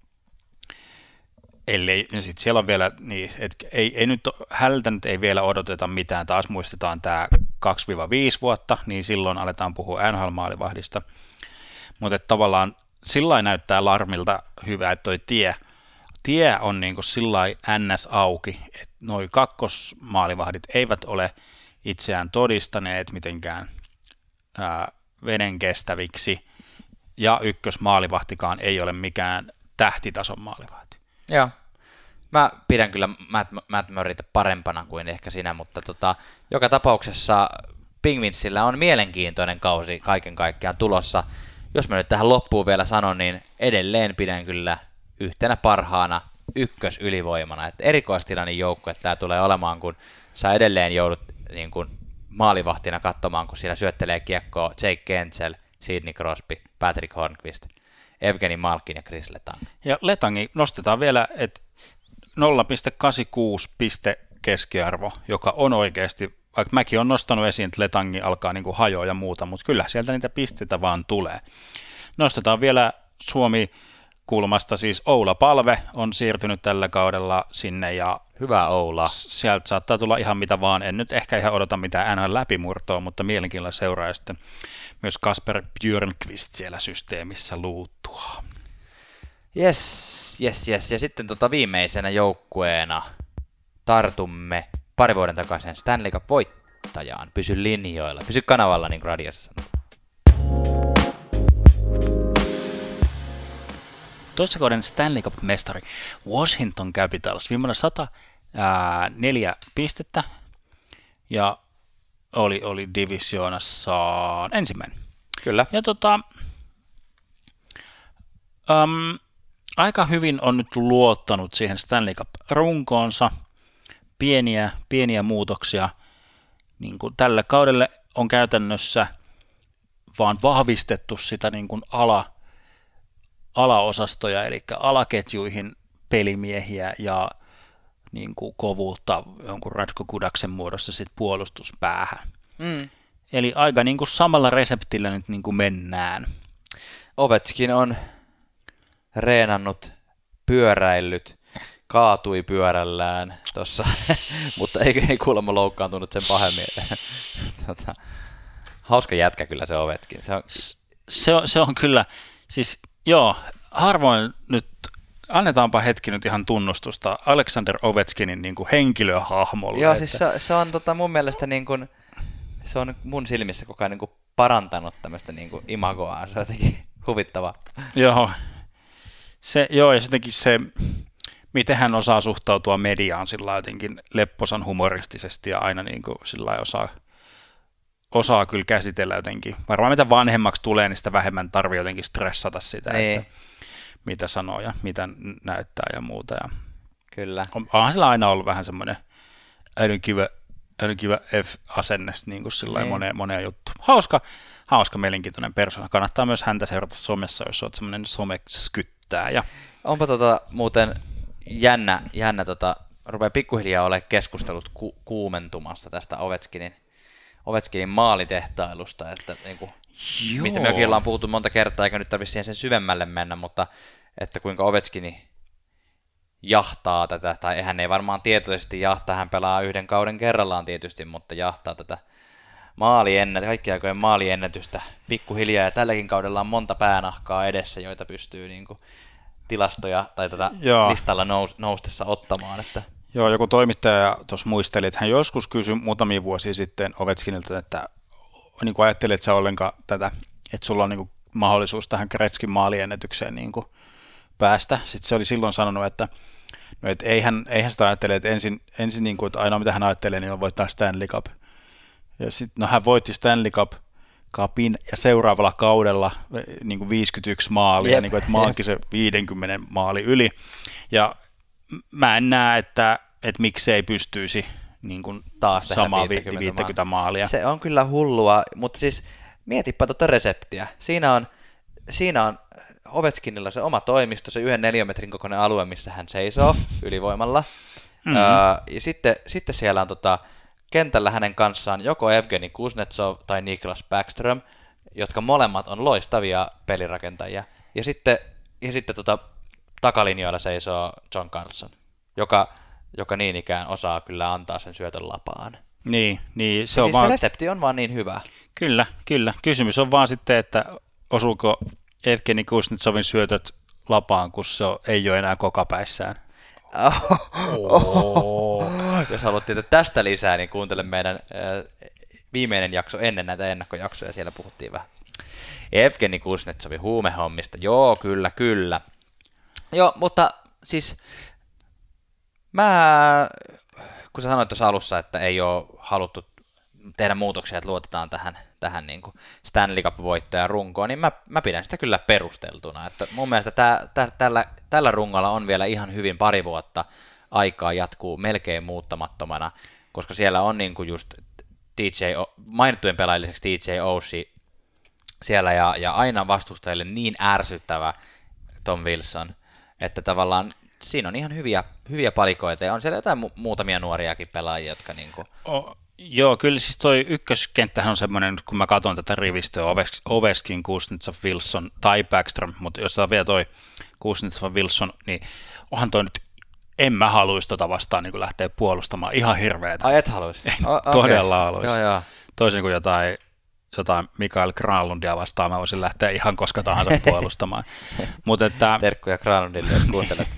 [SPEAKER 1] Ellei, sitten siellä on vielä, niin, että ei nyt, häneltä nyt ei vielä odoteta mitään, taas muistetaan tämä 2-5 vuotta, niin silloin aletaan puhua NHL-maalivahdista, mutta tavallaan sillä näyttää Larmilta hyvä, että toi tie on niin kuin sillai ns. Auki, että noi kakkosmaalivahdit eivät ole itseään todistaneet mitenkään veden kestäviksi, ja ykkösmaalivahtikaan ei ole mikään tähtitason maalivahti.
[SPEAKER 2] Joo. Mä pidän kyllä Matt Murraytä parempana kuin ehkä sinä, mutta joka tapauksessa Penguinsillä on mielenkiintoinen kausi kaiken kaikkiaan tulossa. Jos mä nyt tähän loppuun vielä sanon, niin edelleen pidän kyllä yhtenä parhaana ykkösylivoimana. Että erikoistilainen joukko, että tämä tulee olemaan, kun sä edelleen joudut niin kun maalivahtina katsomaan, kun siellä syöttelee kiekkoa Jake Gensel, Sidney Crosby, Patrick Hornqvist, Evgeni Malkin ja Chris Letang.
[SPEAKER 1] Ja Letangi nostetaan vielä, että 0,86 piste keskiarvo, joka on oikeasti, vaikka mäkin olen nostanut esiin, että Letangi alkaa niin kuin hajoa ja muuta, mutta kyllä sieltä niitä pisteitä vaan tulee. Nostetaan vielä Suomi-kulmasta, siis Oula Palve on siirtynyt tällä kaudella sinne ja
[SPEAKER 2] hyvä Oula.
[SPEAKER 1] Sieltä saattaa tulla ihan mitä vaan, en nyt ehkä ihan odota mitään NHL läpimurtoa, mutta mielenkiinnolla seuraa sitten myös Kasper Björnqvist siellä systeemissä luuttua.
[SPEAKER 2] Yes. Ja sitten viimeisenä joukkueena tartumme pari vuoden takaisin Stanley Cup-voittajaan. Pysy linjoilla, pysy kanavalla, niin kuin radiossa sanoo.
[SPEAKER 1] Toissa kauden Stanley Cup-mestari Washington Capitals, viimeinen 104 pistettä ja oli divisioonassaan ensimmäinen.
[SPEAKER 2] Kyllä.
[SPEAKER 1] Ja aika hyvin on nyt luottanut siihen Stanley Cup-runkoonsa, pieniä muutoksia. Niin kuin tällä kaudelle on käytännössä vaan vahvistettu sitä niin kuin alaosastoja, eli alaketjuihin pelimiehiä ja niin kuin kovuutta jonkun Radko Gudaksen muodossa sit puolustuspäähän. Eli aika niin kuin samalla reseptillä nyt niin kuin mennään.
[SPEAKER 2] Ovechkin on reenannut, pyöräillyt, kaatui pyörällään tuossa, mutta ei kuulemma loukkaantunut sen pahemmin. Hauska jätkä kyllä se Ovechkin.
[SPEAKER 1] Se on kyllä, siis joo, harvoin nyt, annetaanpa hetki nyt ihan tunnustusta Alexander Ovechkinin niin kuin henkilöhahmolle.
[SPEAKER 2] Joo, siis se on mun mielestä niin kuin, se on mun silmissä koko ajan niin kuin parantanut tämmöistä niin kuin imagoa, se on jotenkin huvittavaa.
[SPEAKER 1] Joo, ja jotenkin se, miten hän osaa suhtautua mediaan sillä jotenkin lepposan humoristisesti ja aina niin kuin sillä osaa kyllä käsitellä jotenkin. Varmaan mitä vanhemmaksi tulee, niin sitä vähemmän tarvii jotenkin stressata sitä, että mitä sanoo ja mitä näyttää ja muuta. Ja
[SPEAKER 2] kyllä.
[SPEAKER 1] Onhan sillä aina ollut vähän semmoinen älykiva F-asenne niin kuin sillä moneen juttu. Hauska mielenkiintoinen persona. Kannattaa myös häntä seurata somessa, jos olet semmoinen someskyttääjä.
[SPEAKER 2] Onpa muuten jännä rupeaa pikkuhiljaa olemaan keskustelut kuumentumassa tästä Ovechkinin maalitehtailusta, että niinku, mistä mekin ollaan puhuttu monta kertaa, eikä nyt tarvitse siihen sen syvemmälle mennä, mutta että kuinka Ovechkini jahtaa tätä, tai hän ei varmaan tietoisesti jahtaa, hän pelaa yhden kauden kerrallaan tietysti, mutta jahtaa tätä kaikkien aikojen maaliennätystä pikkuhiljaa, ja tälläkin kaudella on monta päänahkaa edessä, joita pystyy niinku tilastoja tai tätä listalla noustessa ottamaan. Että.
[SPEAKER 1] Joo, joku toimittaja tuossa muisteli, että hän joskus kysyi muutamia vuosia sitten Ovechkinilta, että niin kuin ajattelit sä ollenkaan tätä, että sulla on niin kuin mahdollisuus tähän Gretzkin maaliennätykseen niin kuin päästä. Sitten se oli silloin sanonut, että no, et eihän sitä ajattele, että ensin niin kuin, että ainoa mitä hän ajattelee, niin on voittaa Stanley Cup. Ja sitten hän voitti Stanley Cup Cupin ja seuraavalla kaudella niin kuin 51 maalia, niin kuin, että maankin se 50 maali yli. Ja mä en näe, että miksei pystyisi niin kuin taas samaa 50 maalia.
[SPEAKER 2] Se on kyllä hullua, mutta siis mietipä tuota reseptiä. Siinä on Ovechkinilla se oma toimisto, se 1 neliömetrin kokoinen alue, missä hän seisoo ylivoimalla. Mm-hmm. Ja sitten siellä on kentällä hänen kanssaan joko Evgeni Kuznetsov tai Niklas Backström, jotka molemmat on loistavia pelirakentajia. Ja sitten takalinjoilla seisoo John Carlson, joka niin ikään osaa kyllä antaa sen syötön lapaan.
[SPEAKER 1] Niin se
[SPEAKER 2] ja
[SPEAKER 1] on
[SPEAKER 2] siis
[SPEAKER 1] vaan...
[SPEAKER 2] se resepti on vaan niin hyvä.
[SPEAKER 1] Kyllä. Kysymys on vaan sitten, että osuuko Evgeni Kuznetsovin syötöt lapaan, kun se ei ole enää kokapäissään.
[SPEAKER 2] Jos haluat tietää tästä lisää, niin kuuntele meidän viimeinen jakso ennen näitä ennakkojaksoja. Siellä puhuttiin vähän Evgeni Kuznetsovin huumehommista. Joo, kyllä. Joo, mutta siis kun sä sanoit tuossa alussa, että ei ole haluttu tehdä muutoksia, että luotetaan tähän niin kuin Stanley Cup-voittajan runkoon, niin mä pidän sitä kyllä perusteltuna. Että mun mielestä tällä rungolla on vielä ihan hyvin pari vuotta aikaa jatkuu melkein muuttamattomana, koska siellä on niin kuin just mainittujen pelaajien lisäksi DJ Oshie siellä ja aina vastustajille niin ärsyttävä Tom Wilson, että tavallaan siinä on ihan hyviä palikoita ja on siellä jotain muutamia nuoriakin pelaajia, jotka niinku...
[SPEAKER 1] Joo, kyllä siis toi ykköskenttähän on semmoinen, kun mä katson tätä rivistöä, Ovechkin, Kuznetsov, Wilson tai Backstrom, mutta jos on vielä toi Kuznetsov, Wilson, niin onhan toi nyt, en mä haluaisi vastaan niin lähteä puolustamaan, ihan hirveetä.
[SPEAKER 2] Ai et haluaisi?
[SPEAKER 1] Todella haluaisi.
[SPEAKER 2] Joo.
[SPEAKER 1] Toisin kuin jotain Mikael Granlundia vastaan mä voisin lähteä ihan koska tahansa puolustamaan.
[SPEAKER 2] Terkkuja Granlundille, jos kuuntelet.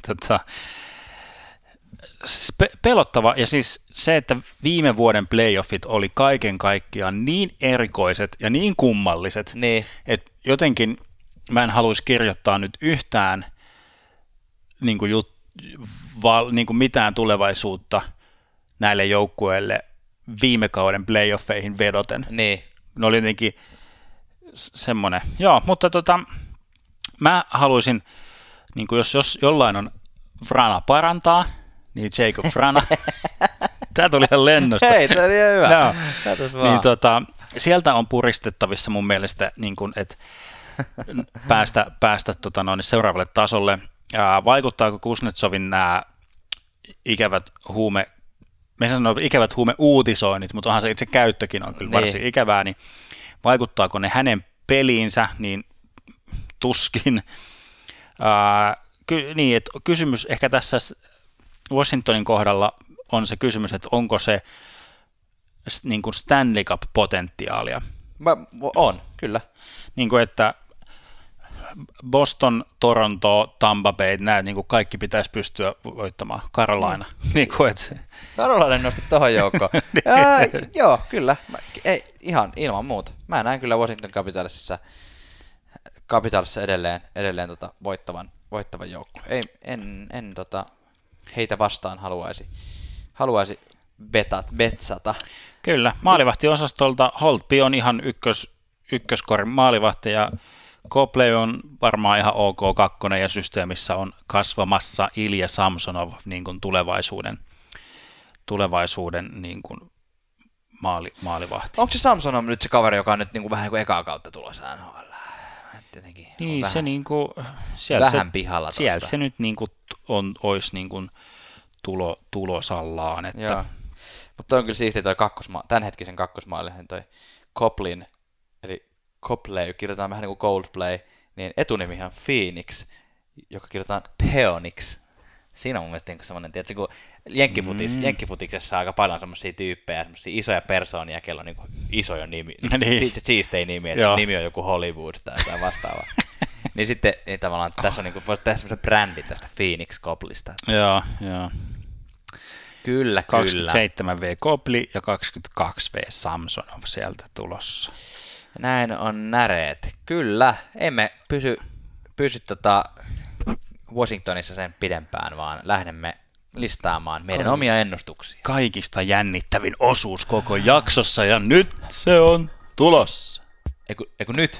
[SPEAKER 1] Pelottava, ja siis se, että viime vuoden playoffit oli kaiken kaikkiaan niin erikoiset ja niin kummalliset,
[SPEAKER 2] niin.
[SPEAKER 1] Että jotenkin mä en haluaisi kirjoittaa nyt yhtään niin kuin mitään tulevaisuutta näille joukkueille viime kauden playoffeihin vedoten.
[SPEAKER 2] Niin.
[SPEAKER 1] Ne oli jotenkin semmoinen. Joo, mutta mä haluaisin, niin kuin jos jollain on Vrana parantaa, niin Jacob Vrana. Tämä tuli ihan lennosta.
[SPEAKER 2] Hei, tämä oli ihan hyvä.
[SPEAKER 1] No. Niin, sieltä on puristettavissa mun mielestä, niin kuin, että päästä seuraavalle tasolle. Vaikuttaako Kuznetsovin nämä ikävät huumeuutisoinnit, mutta onhan se itse käyttökin on kyllä varsin ikävää, niin vaikuttaako ne hänen peliinsä, niin tuskin. Niin, että kysymys ehkä tässä Washingtonin kohdalla on se kysymys, että onko se niin kuin Stanley Cup-potentiaalia.
[SPEAKER 2] On, kyllä.
[SPEAKER 1] Niin kuin, että Boston, Toronto, Tampa Bay, nämä niin kuin kaikki pitäisi pystyä voittamaan. Carolina. Niin kuin, että...
[SPEAKER 2] Carolina nosti tuohon joukkoon. Joo, kyllä. Ei, ihan ilman muuta. Mä näen kyllä Washington Capitalsissa edelleen voittavan joukkueen. En heitä vastaan haluaisi betsata.
[SPEAKER 1] Kyllä, maalivahtiosastolta Holtby on ihan ykköskorin maalivahti ja Copley on varmaan ihan ok kakkonen ja systeemissä on kasvamassa Ilja Samsonov niin kuin tulevaisuuden niin kuin maalivahti.
[SPEAKER 2] Onko se Samsonov nyt se kaveri, joka on nyt niin kuin vähän kuin ekaa kautta tulossa NHL?
[SPEAKER 1] Niin se niinku
[SPEAKER 2] vähän pihalla tuosta.
[SPEAKER 1] Sieltä se nyt niinku olisi niinku tulosallaan, että.
[SPEAKER 2] Mutta on kyllä siistiä toi tämänhetkisen kakkosmaalinen toi Coplin, eli Copley kirjoitetaan vähän niin kuin Coldplay, niin etunimihan Phoenix, joka kirjoitetaan Peonix. Siinä on mun mielestä niin semmoinen, tiedätkö, kun jenkkifutiksessa on aika paljon semmoisia tyyppejä, semmoisia isoja persoonia, kello on niin isoja nimi, cheesestein nimi, että nimi on joku Hollywood tai jotain vastaavaa. Niin sitten niin tavallaan tässä on voisi tehdä semmoisen brändin tästä Phoenix Coplista.
[SPEAKER 1] Joo.
[SPEAKER 2] Kyllä.
[SPEAKER 1] 27V Copli ja 22V Samson on sieltä tulossa.
[SPEAKER 2] Näin on näreet. Kyllä, emme pysy Washingtonissa sen pidempään, vaan lähdemme listaamaan meidän omia ennustuksia.
[SPEAKER 1] Kaikista jännittävin osuus koko jaksossa ja nyt se on tulossa.
[SPEAKER 2] Eiku nyt.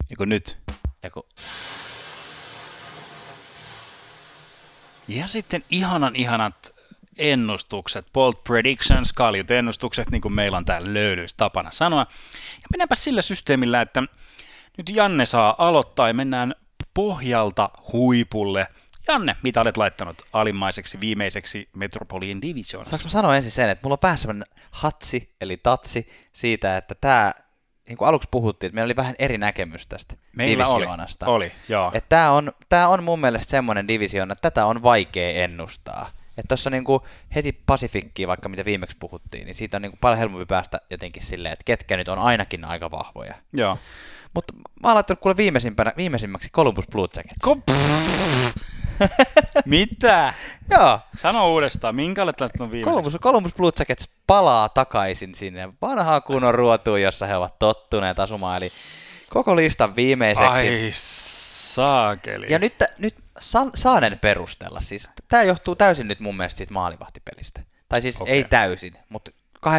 [SPEAKER 1] Ja sitten ihanat ennustukset, bold predictions, kaljut ennustukset, niin kuin meillä on täällä löydyissä tapana sanoa. Ja mennäänpä sillä systeemillä, että nyt Janne saa aloittaa ja mennään pohjalta huipulle. Janne, mitä olet laittanut alimmaiseksi viimeiseksi Metropolian Divisionassa?
[SPEAKER 2] Saanko mä sanoa ensin sen, että mulla on päässä sellainen hatsi, eli tatsi, siitä, että tämä, niin kuin aluksi puhuttiin, että meillä oli vähän eri näkemys tästä divisioonasta.
[SPEAKER 1] Oli, joo.
[SPEAKER 2] Että tämä on mun mielestä semmoinen divisioona, että tätä on vaikea ennustaa. Että tuossa niinku heti Pacifickiin, vaikka mitä viimeksi puhuttiin, niin siitä on niinku paljon helpompi päästä jotenkin silleen, että ketkä nyt on ainakin aika vahvoja.
[SPEAKER 1] Joo.
[SPEAKER 2] Mutta mä oon laittanut kuule viimeisimmäksi Columbus Blue Jackets.
[SPEAKER 1] Mitä?
[SPEAKER 2] Joo.
[SPEAKER 1] Sano uudestaan, minkä olet laittanut viimeiseksi?
[SPEAKER 2] Columbus Blue Jackets palaa takaisin sinne vanhaan kunnon ruotuun, jossa he ovat tottuneet asumaan, eli koko listan viimeiseksi.
[SPEAKER 1] Ai saakeli.
[SPEAKER 2] Ja nyt saanen perustella, siis tämä johtuu täysin nyt mun mielestä siitä maalivahtipelistä. Tai siis ei täysin, mutta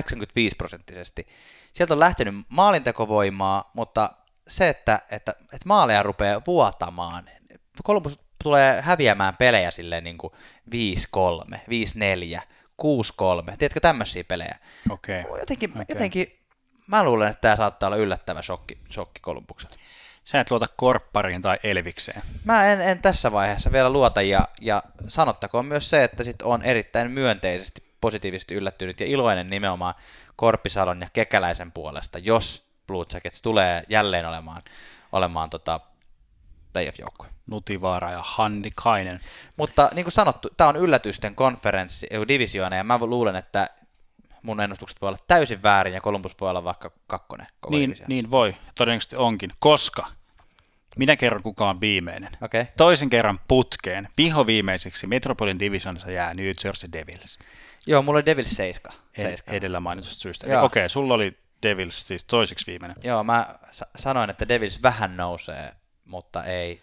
[SPEAKER 2] 85%. Sieltä on lähtenyt maalintekovoimaa, mutta se, että maaleja rupeaa vuotamaan. Columbus tulee häviämään pelejä silleen niin kuin 5-3, 5-4, 6-3. Tiedätkö tämmöisiä pelejä?
[SPEAKER 1] Okei.
[SPEAKER 2] Jotenkin mä luulen, että tämä saattaa olla yllättävä shokki Columbukselle.
[SPEAKER 1] Sä et luota korppariin tai Elvikseen.
[SPEAKER 2] Mä en tässä vaiheessa vielä luota, ja sanottakoon myös se, että sit on erittäin myönteisesti, positiivisesti yllättynyt ja iloinen nimenomaan Korpisalon ja Kekäläisen puolesta, jos Blue Jackets tulee jälleen olemaan playoff-joukkue.
[SPEAKER 1] Nutivaara ja Hannikainen.
[SPEAKER 2] Mutta niin kuin sanottu, tämä on yllätysten divisioona, ja mä luulen, että mun ennustukset voi olla täysin väärin, ja Columbus voi olla vaikka kakkonen koko divisioonassa.
[SPEAKER 1] Niin voi, todennäköisesti onkin, koska minä kerron kuka on viimeinen.
[SPEAKER 2] Okay.
[SPEAKER 1] Toisen kerran putkeen, viimeiseksi Metropolitan Divisionissa jää New Jersey Devils.
[SPEAKER 2] Joo, mulla oli Devils 7.
[SPEAKER 1] Edellä mainitusta syystä. Okei, sulla oli Devils siis toiseksi viimeinen.
[SPEAKER 2] Joo, mä sanoin, että Devils vähän nousee, mutta ei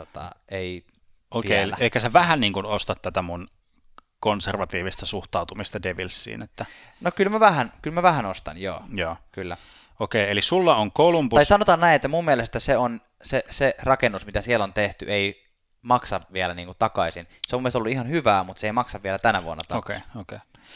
[SPEAKER 1] vielä. Eikä sä vähän niin kuin ostat tätä mun konservatiivista suhtautumista Devilsiin, että...
[SPEAKER 2] No kyllä mä vähän ostan, joo. Kyllä.
[SPEAKER 1] Okei, eli sulla on Columbus...
[SPEAKER 2] Tai sanotaan näin, että mun mielestä se on se rakennus, mitä siellä on tehty, ei maksa vielä niin kuin takaisin. Se on mun mielestä ollut ihan hyvää, mutta se ei maksa vielä tänä vuonna takaisin.
[SPEAKER 1] Okei.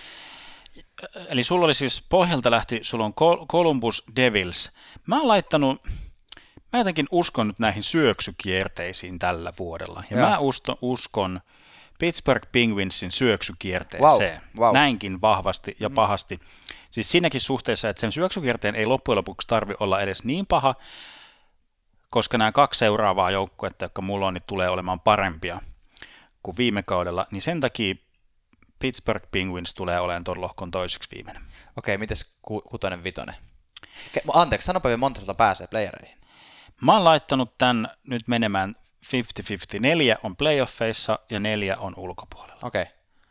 [SPEAKER 1] Eli sulla oli siis pohjalta lähti, sulla on Columbus Devils. Mä jotenkin uskon nyt näihin syöksykierteisiin tällä vuodella. Ja mä uskon Pittsburgh Penguinsin syöksykierteeseen.
[SPEAKER 2] Wow.
[SPEAKER 1] Näinkin vahvasti ja pahasti. Siis siinäkin suhteessa, että sen syöksykierteen ei loppujen lopuksi tarvitse olla edes niin paha, koska nämä kaksi seuraavaa joukkuetta, jotka mulla on, niin tulee olemaan parempia kuin viime kaudella, niin sen takia Pittsburgh Penguins tulee olemaan tuon lohkon toiseksi viimeinen.
[SPEAKER 2] Okei, mites 6-5? Anteeksi, sanopa vielä monta sulta pääsee playereihin.
[SPEAKER 1] Mä oon laittanut tämän nyt menemään 50-50. 4 on playoffeissa ja 4 on ulkopuolella.
[SPEAKER 2] Okei.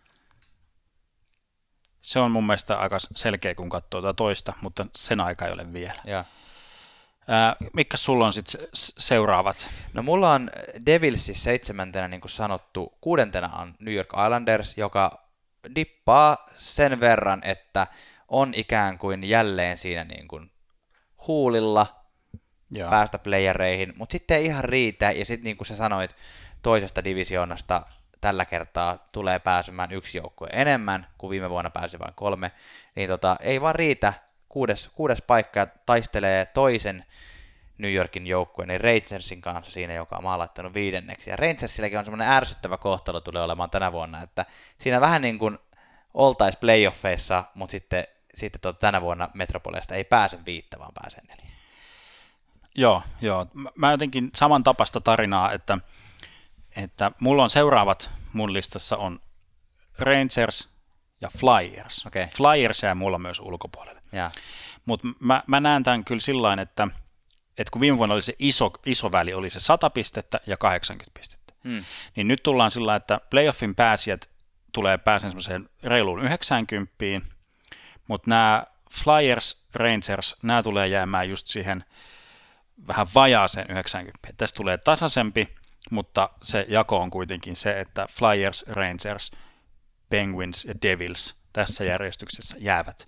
[SPEAKER 1] Se on mun mielestä aika selkeä, kun katsoo tuota toista, mutta sen aika ei ole vielä.
[SPEAKER 2] Ja.
[SPEAKER 1] Mitkä sulla on sitten seuraavat?
[SPEAKER 2] No mulla on Devils 7, niin kuin sanottu. 6. on New York Islanders, joka dippaa sen verran, että on ikään kuin jälleen siinä niin kuin huulilla päästä playereihin, mutta sitten ei ihan riitä, ja sitten niin kuin sä sanoit, toisesta divisioonasta tällä kertaa tulee pääsemään yksi joukkue enemmän, kuin viime vuonna pääsi vain 3, niin ei vaan riitä. 6. paikka ja taistelee toisen New Yorkin joukkueen, niin Rangersin kanssa siinä, joka on laittanut 5. Ja Rangersilläkin on semmoinen ärsyttävä kohtalo tulee olemaan tänä vuonna, että siinä vähän niin kuin oltaisiin playoffeissa, mutta sitten tänä vuonna Metropoliasta ei pääse 5, vaan pääsee 4.
[SPEAKER 1] Joo. Mä jotenkin samantapaista tarinaa, että mulla on seuraavat mun listassa on Rangers ja Flyers.
[SPEAKER 2] Okay.
[SPEAKER 1] Flyers jää mulla myös ulkopuolelle. Mutta mä näen tämän kyllä sillain, että kun viime vuonna oli se iso väli, oli se 100 pistettä ja 80 pistettä, niin nyt tullaan sillä, että playoffin pääsijät tulee pääsen semmoiseen reiluun 90, mutta nämä Flyers, Rangers, nämä tulee jäämään just siihen vähän vajaaseen 90. Tästä tulee tasaisempi, mutta se jako on kuitenkin se, että Flyers, Rangers, Penguins ja Devils tässä järjestyksessä jäävät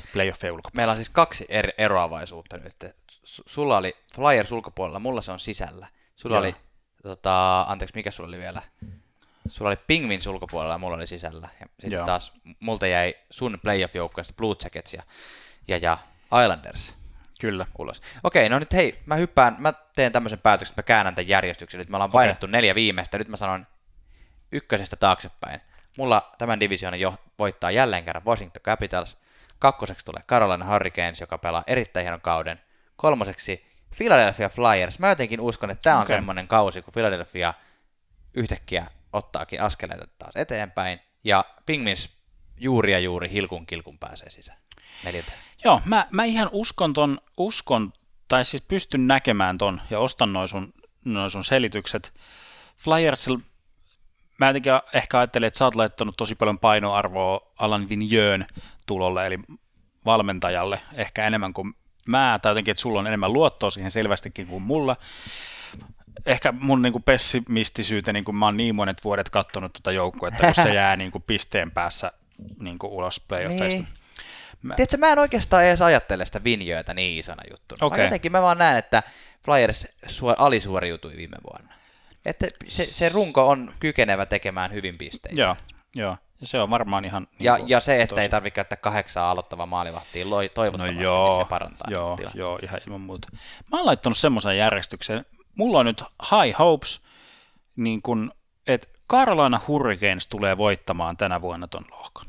[SPEAKER 1] playoffien ulkopuolella.
[SPEAKER 2] Meillä on siis 2 eroavaisuutta nyt. Sulla oli Flyers ulkopuolella, mulla se on sisällä. Sulla oli, anteeksi, mikä sulla oli vielä? Sulla oli Penguins ulkopuolella ja mulla oli sisällä. Ja sitten taas multa jäi sun playoff-joukkueesta Blue Jackets ja Islanders.
[SPEAKER 1] Kyllä.
[SPEAKER 2] Ulos. Okei, no nyt hei, mä teen tämmöisen päätöksen, että mä käännän tämän järjestyksen. Nyt me ollaan painettu 4 viimeistä, nyt mä sanon 1 taaksepäin. Mulla tämän divisioonan voittaa jälleen kerran Washington Capitals. 2 tulee Carolina Hurricanes, joka pelaa erittäin hienon kauden. 3 Philadelphia Flyers. Mä jotenkin uskon, että tää on semmoinen kausi, kun Philadelphia yhtäkkiä ottaakin askeleita taas eteenpäin. Ja Penguins juuri hilkun pääsee sisään. 4.
[SPEAKER 1] Joo, mä ihan uskon, tai siis pystyn näkemään ton ja ostan noin sun selitykset. Flyersilla mä jotenkin ehkä ajattelin, että sä oot laittanut tosi paljon painoarvoa Alan Vigneault'n tulolle, eli valmentajalle, ehkä enemmän kuin mä, tai jotenkin, että sulla on enemmän luottoa siihen selvästikin kuin mulla. Ehkä mun niin kuin pessimistisyyteni, kun mä oon niin monet vuodet katsonut tuota joukkuetta, kun se jää niin kuin pisteen päässä niin kuin ulos playoffeista.
[SPEAKER 2] Niin. Tiedätkö, mä en oikeastaan edes ajattele sitä Vigneault'ta niin isona juttuna. Okay. Mä vaan näen, että Flyers alisuoriutui viime vuonna. Että se runko on kykenevä tekemään hyvin pisteitä.
[SPEAKER 1] Joo. Ja se on varmaan ihan...
[SPEAKER 2] Ja se, että ei tarvitse käyttää 8 aloittavaa maalivahtia toivottavasti, niin se parantaa.
[SPEAKER 1] Joo, ihan ilman muuta. Mä oon laittanut semmoisen järjestyksen. Mulla on nyt high hopes, niin kun, että Carolina Hurricanes tulee voittamaan tänä vuonna ton lohkon.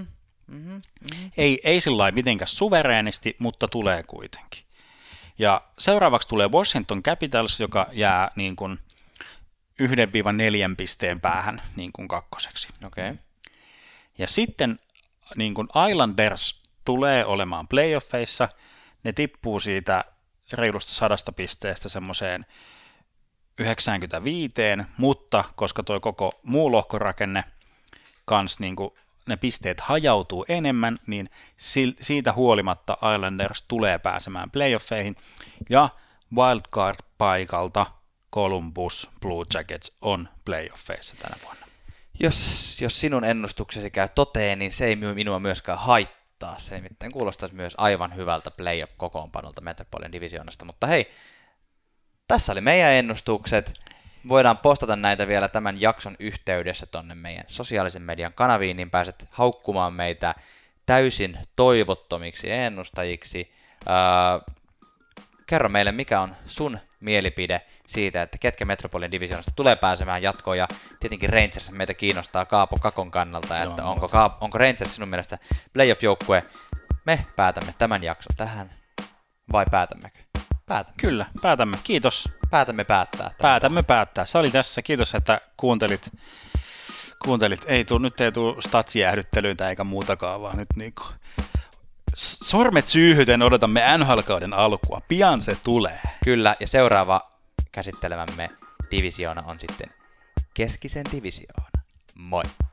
[SPEAKER 1] Ei sillä lailla mitenkään suvereenisti, mutta tulee kuitenkin. Ja seuraavaksi tulee Washington Capitals, joka jää niin kuin 1-4 pisteen päähän niin kuin 2.
[SPEAKER 2] Okay.
[SPEAKER 1] Ja sitten niin kuin Islanders tulee olemaan playoffeissa, ne tippuu siitä reilusta 100 pisteestä semmoiseen 95, mutta koska toi koko muu lohkorakenne kans niin kuin ne pisteet hajautuu enemmän, niin siitä huolimatta Islanders tulee pääsemään playoffeihin, ja wildcard-paikalta Columbus Blue Jackets on playoffeissa tänä vuonna.
[SPEAKER 2] Jos sinun ennustuksesi käy toteen, niin se ei minua myöskään haittaa. Se nimittäin kuulostaisi myös aivan hyvältä playoff-kokoonpanolta Metropolian divisioonasta. Mutta hei, tässä oli meidän ennustukset. Voidaan postata näitä vielä tämän jakson yhteydessä tonne meidän sosiaalisen median kanaviin, niin pääset haukkumaan meitä täysin toivottomiksi ennustajiksi. Kerro meille, mikä on sun mielipide siitä, että ketkä Metropolian divisioonasta tulee pääsemään jatkoon, ja tietenkin Rangers meitä kiinnostaa Kaapo Kakon kannalta, että onko Rangers sinun mielestä playoff-joukkue. Me päätämme tämän jakson tähän, vai päätämmekö? Päätämme.
[SPEAKER 1] Kyllä, päätämme. Kiitos.
[SPEAKER 2] Päätämme päättää.
[SPEAKER 1] Päätämme päättää. Se oli tässä. Kiitos, että kuuntelit. Nyt ei tule statsijäähdyttelyitä eikä muutakaan, vaan nyt niinku sormet syyhyten odotamme NHL-kauden alkua. Pian se tulee.
[SPEAKER 2] Kyllä, ja seuraava käsittelemämme divisioona on sitten Keskisen divisioona. Moi!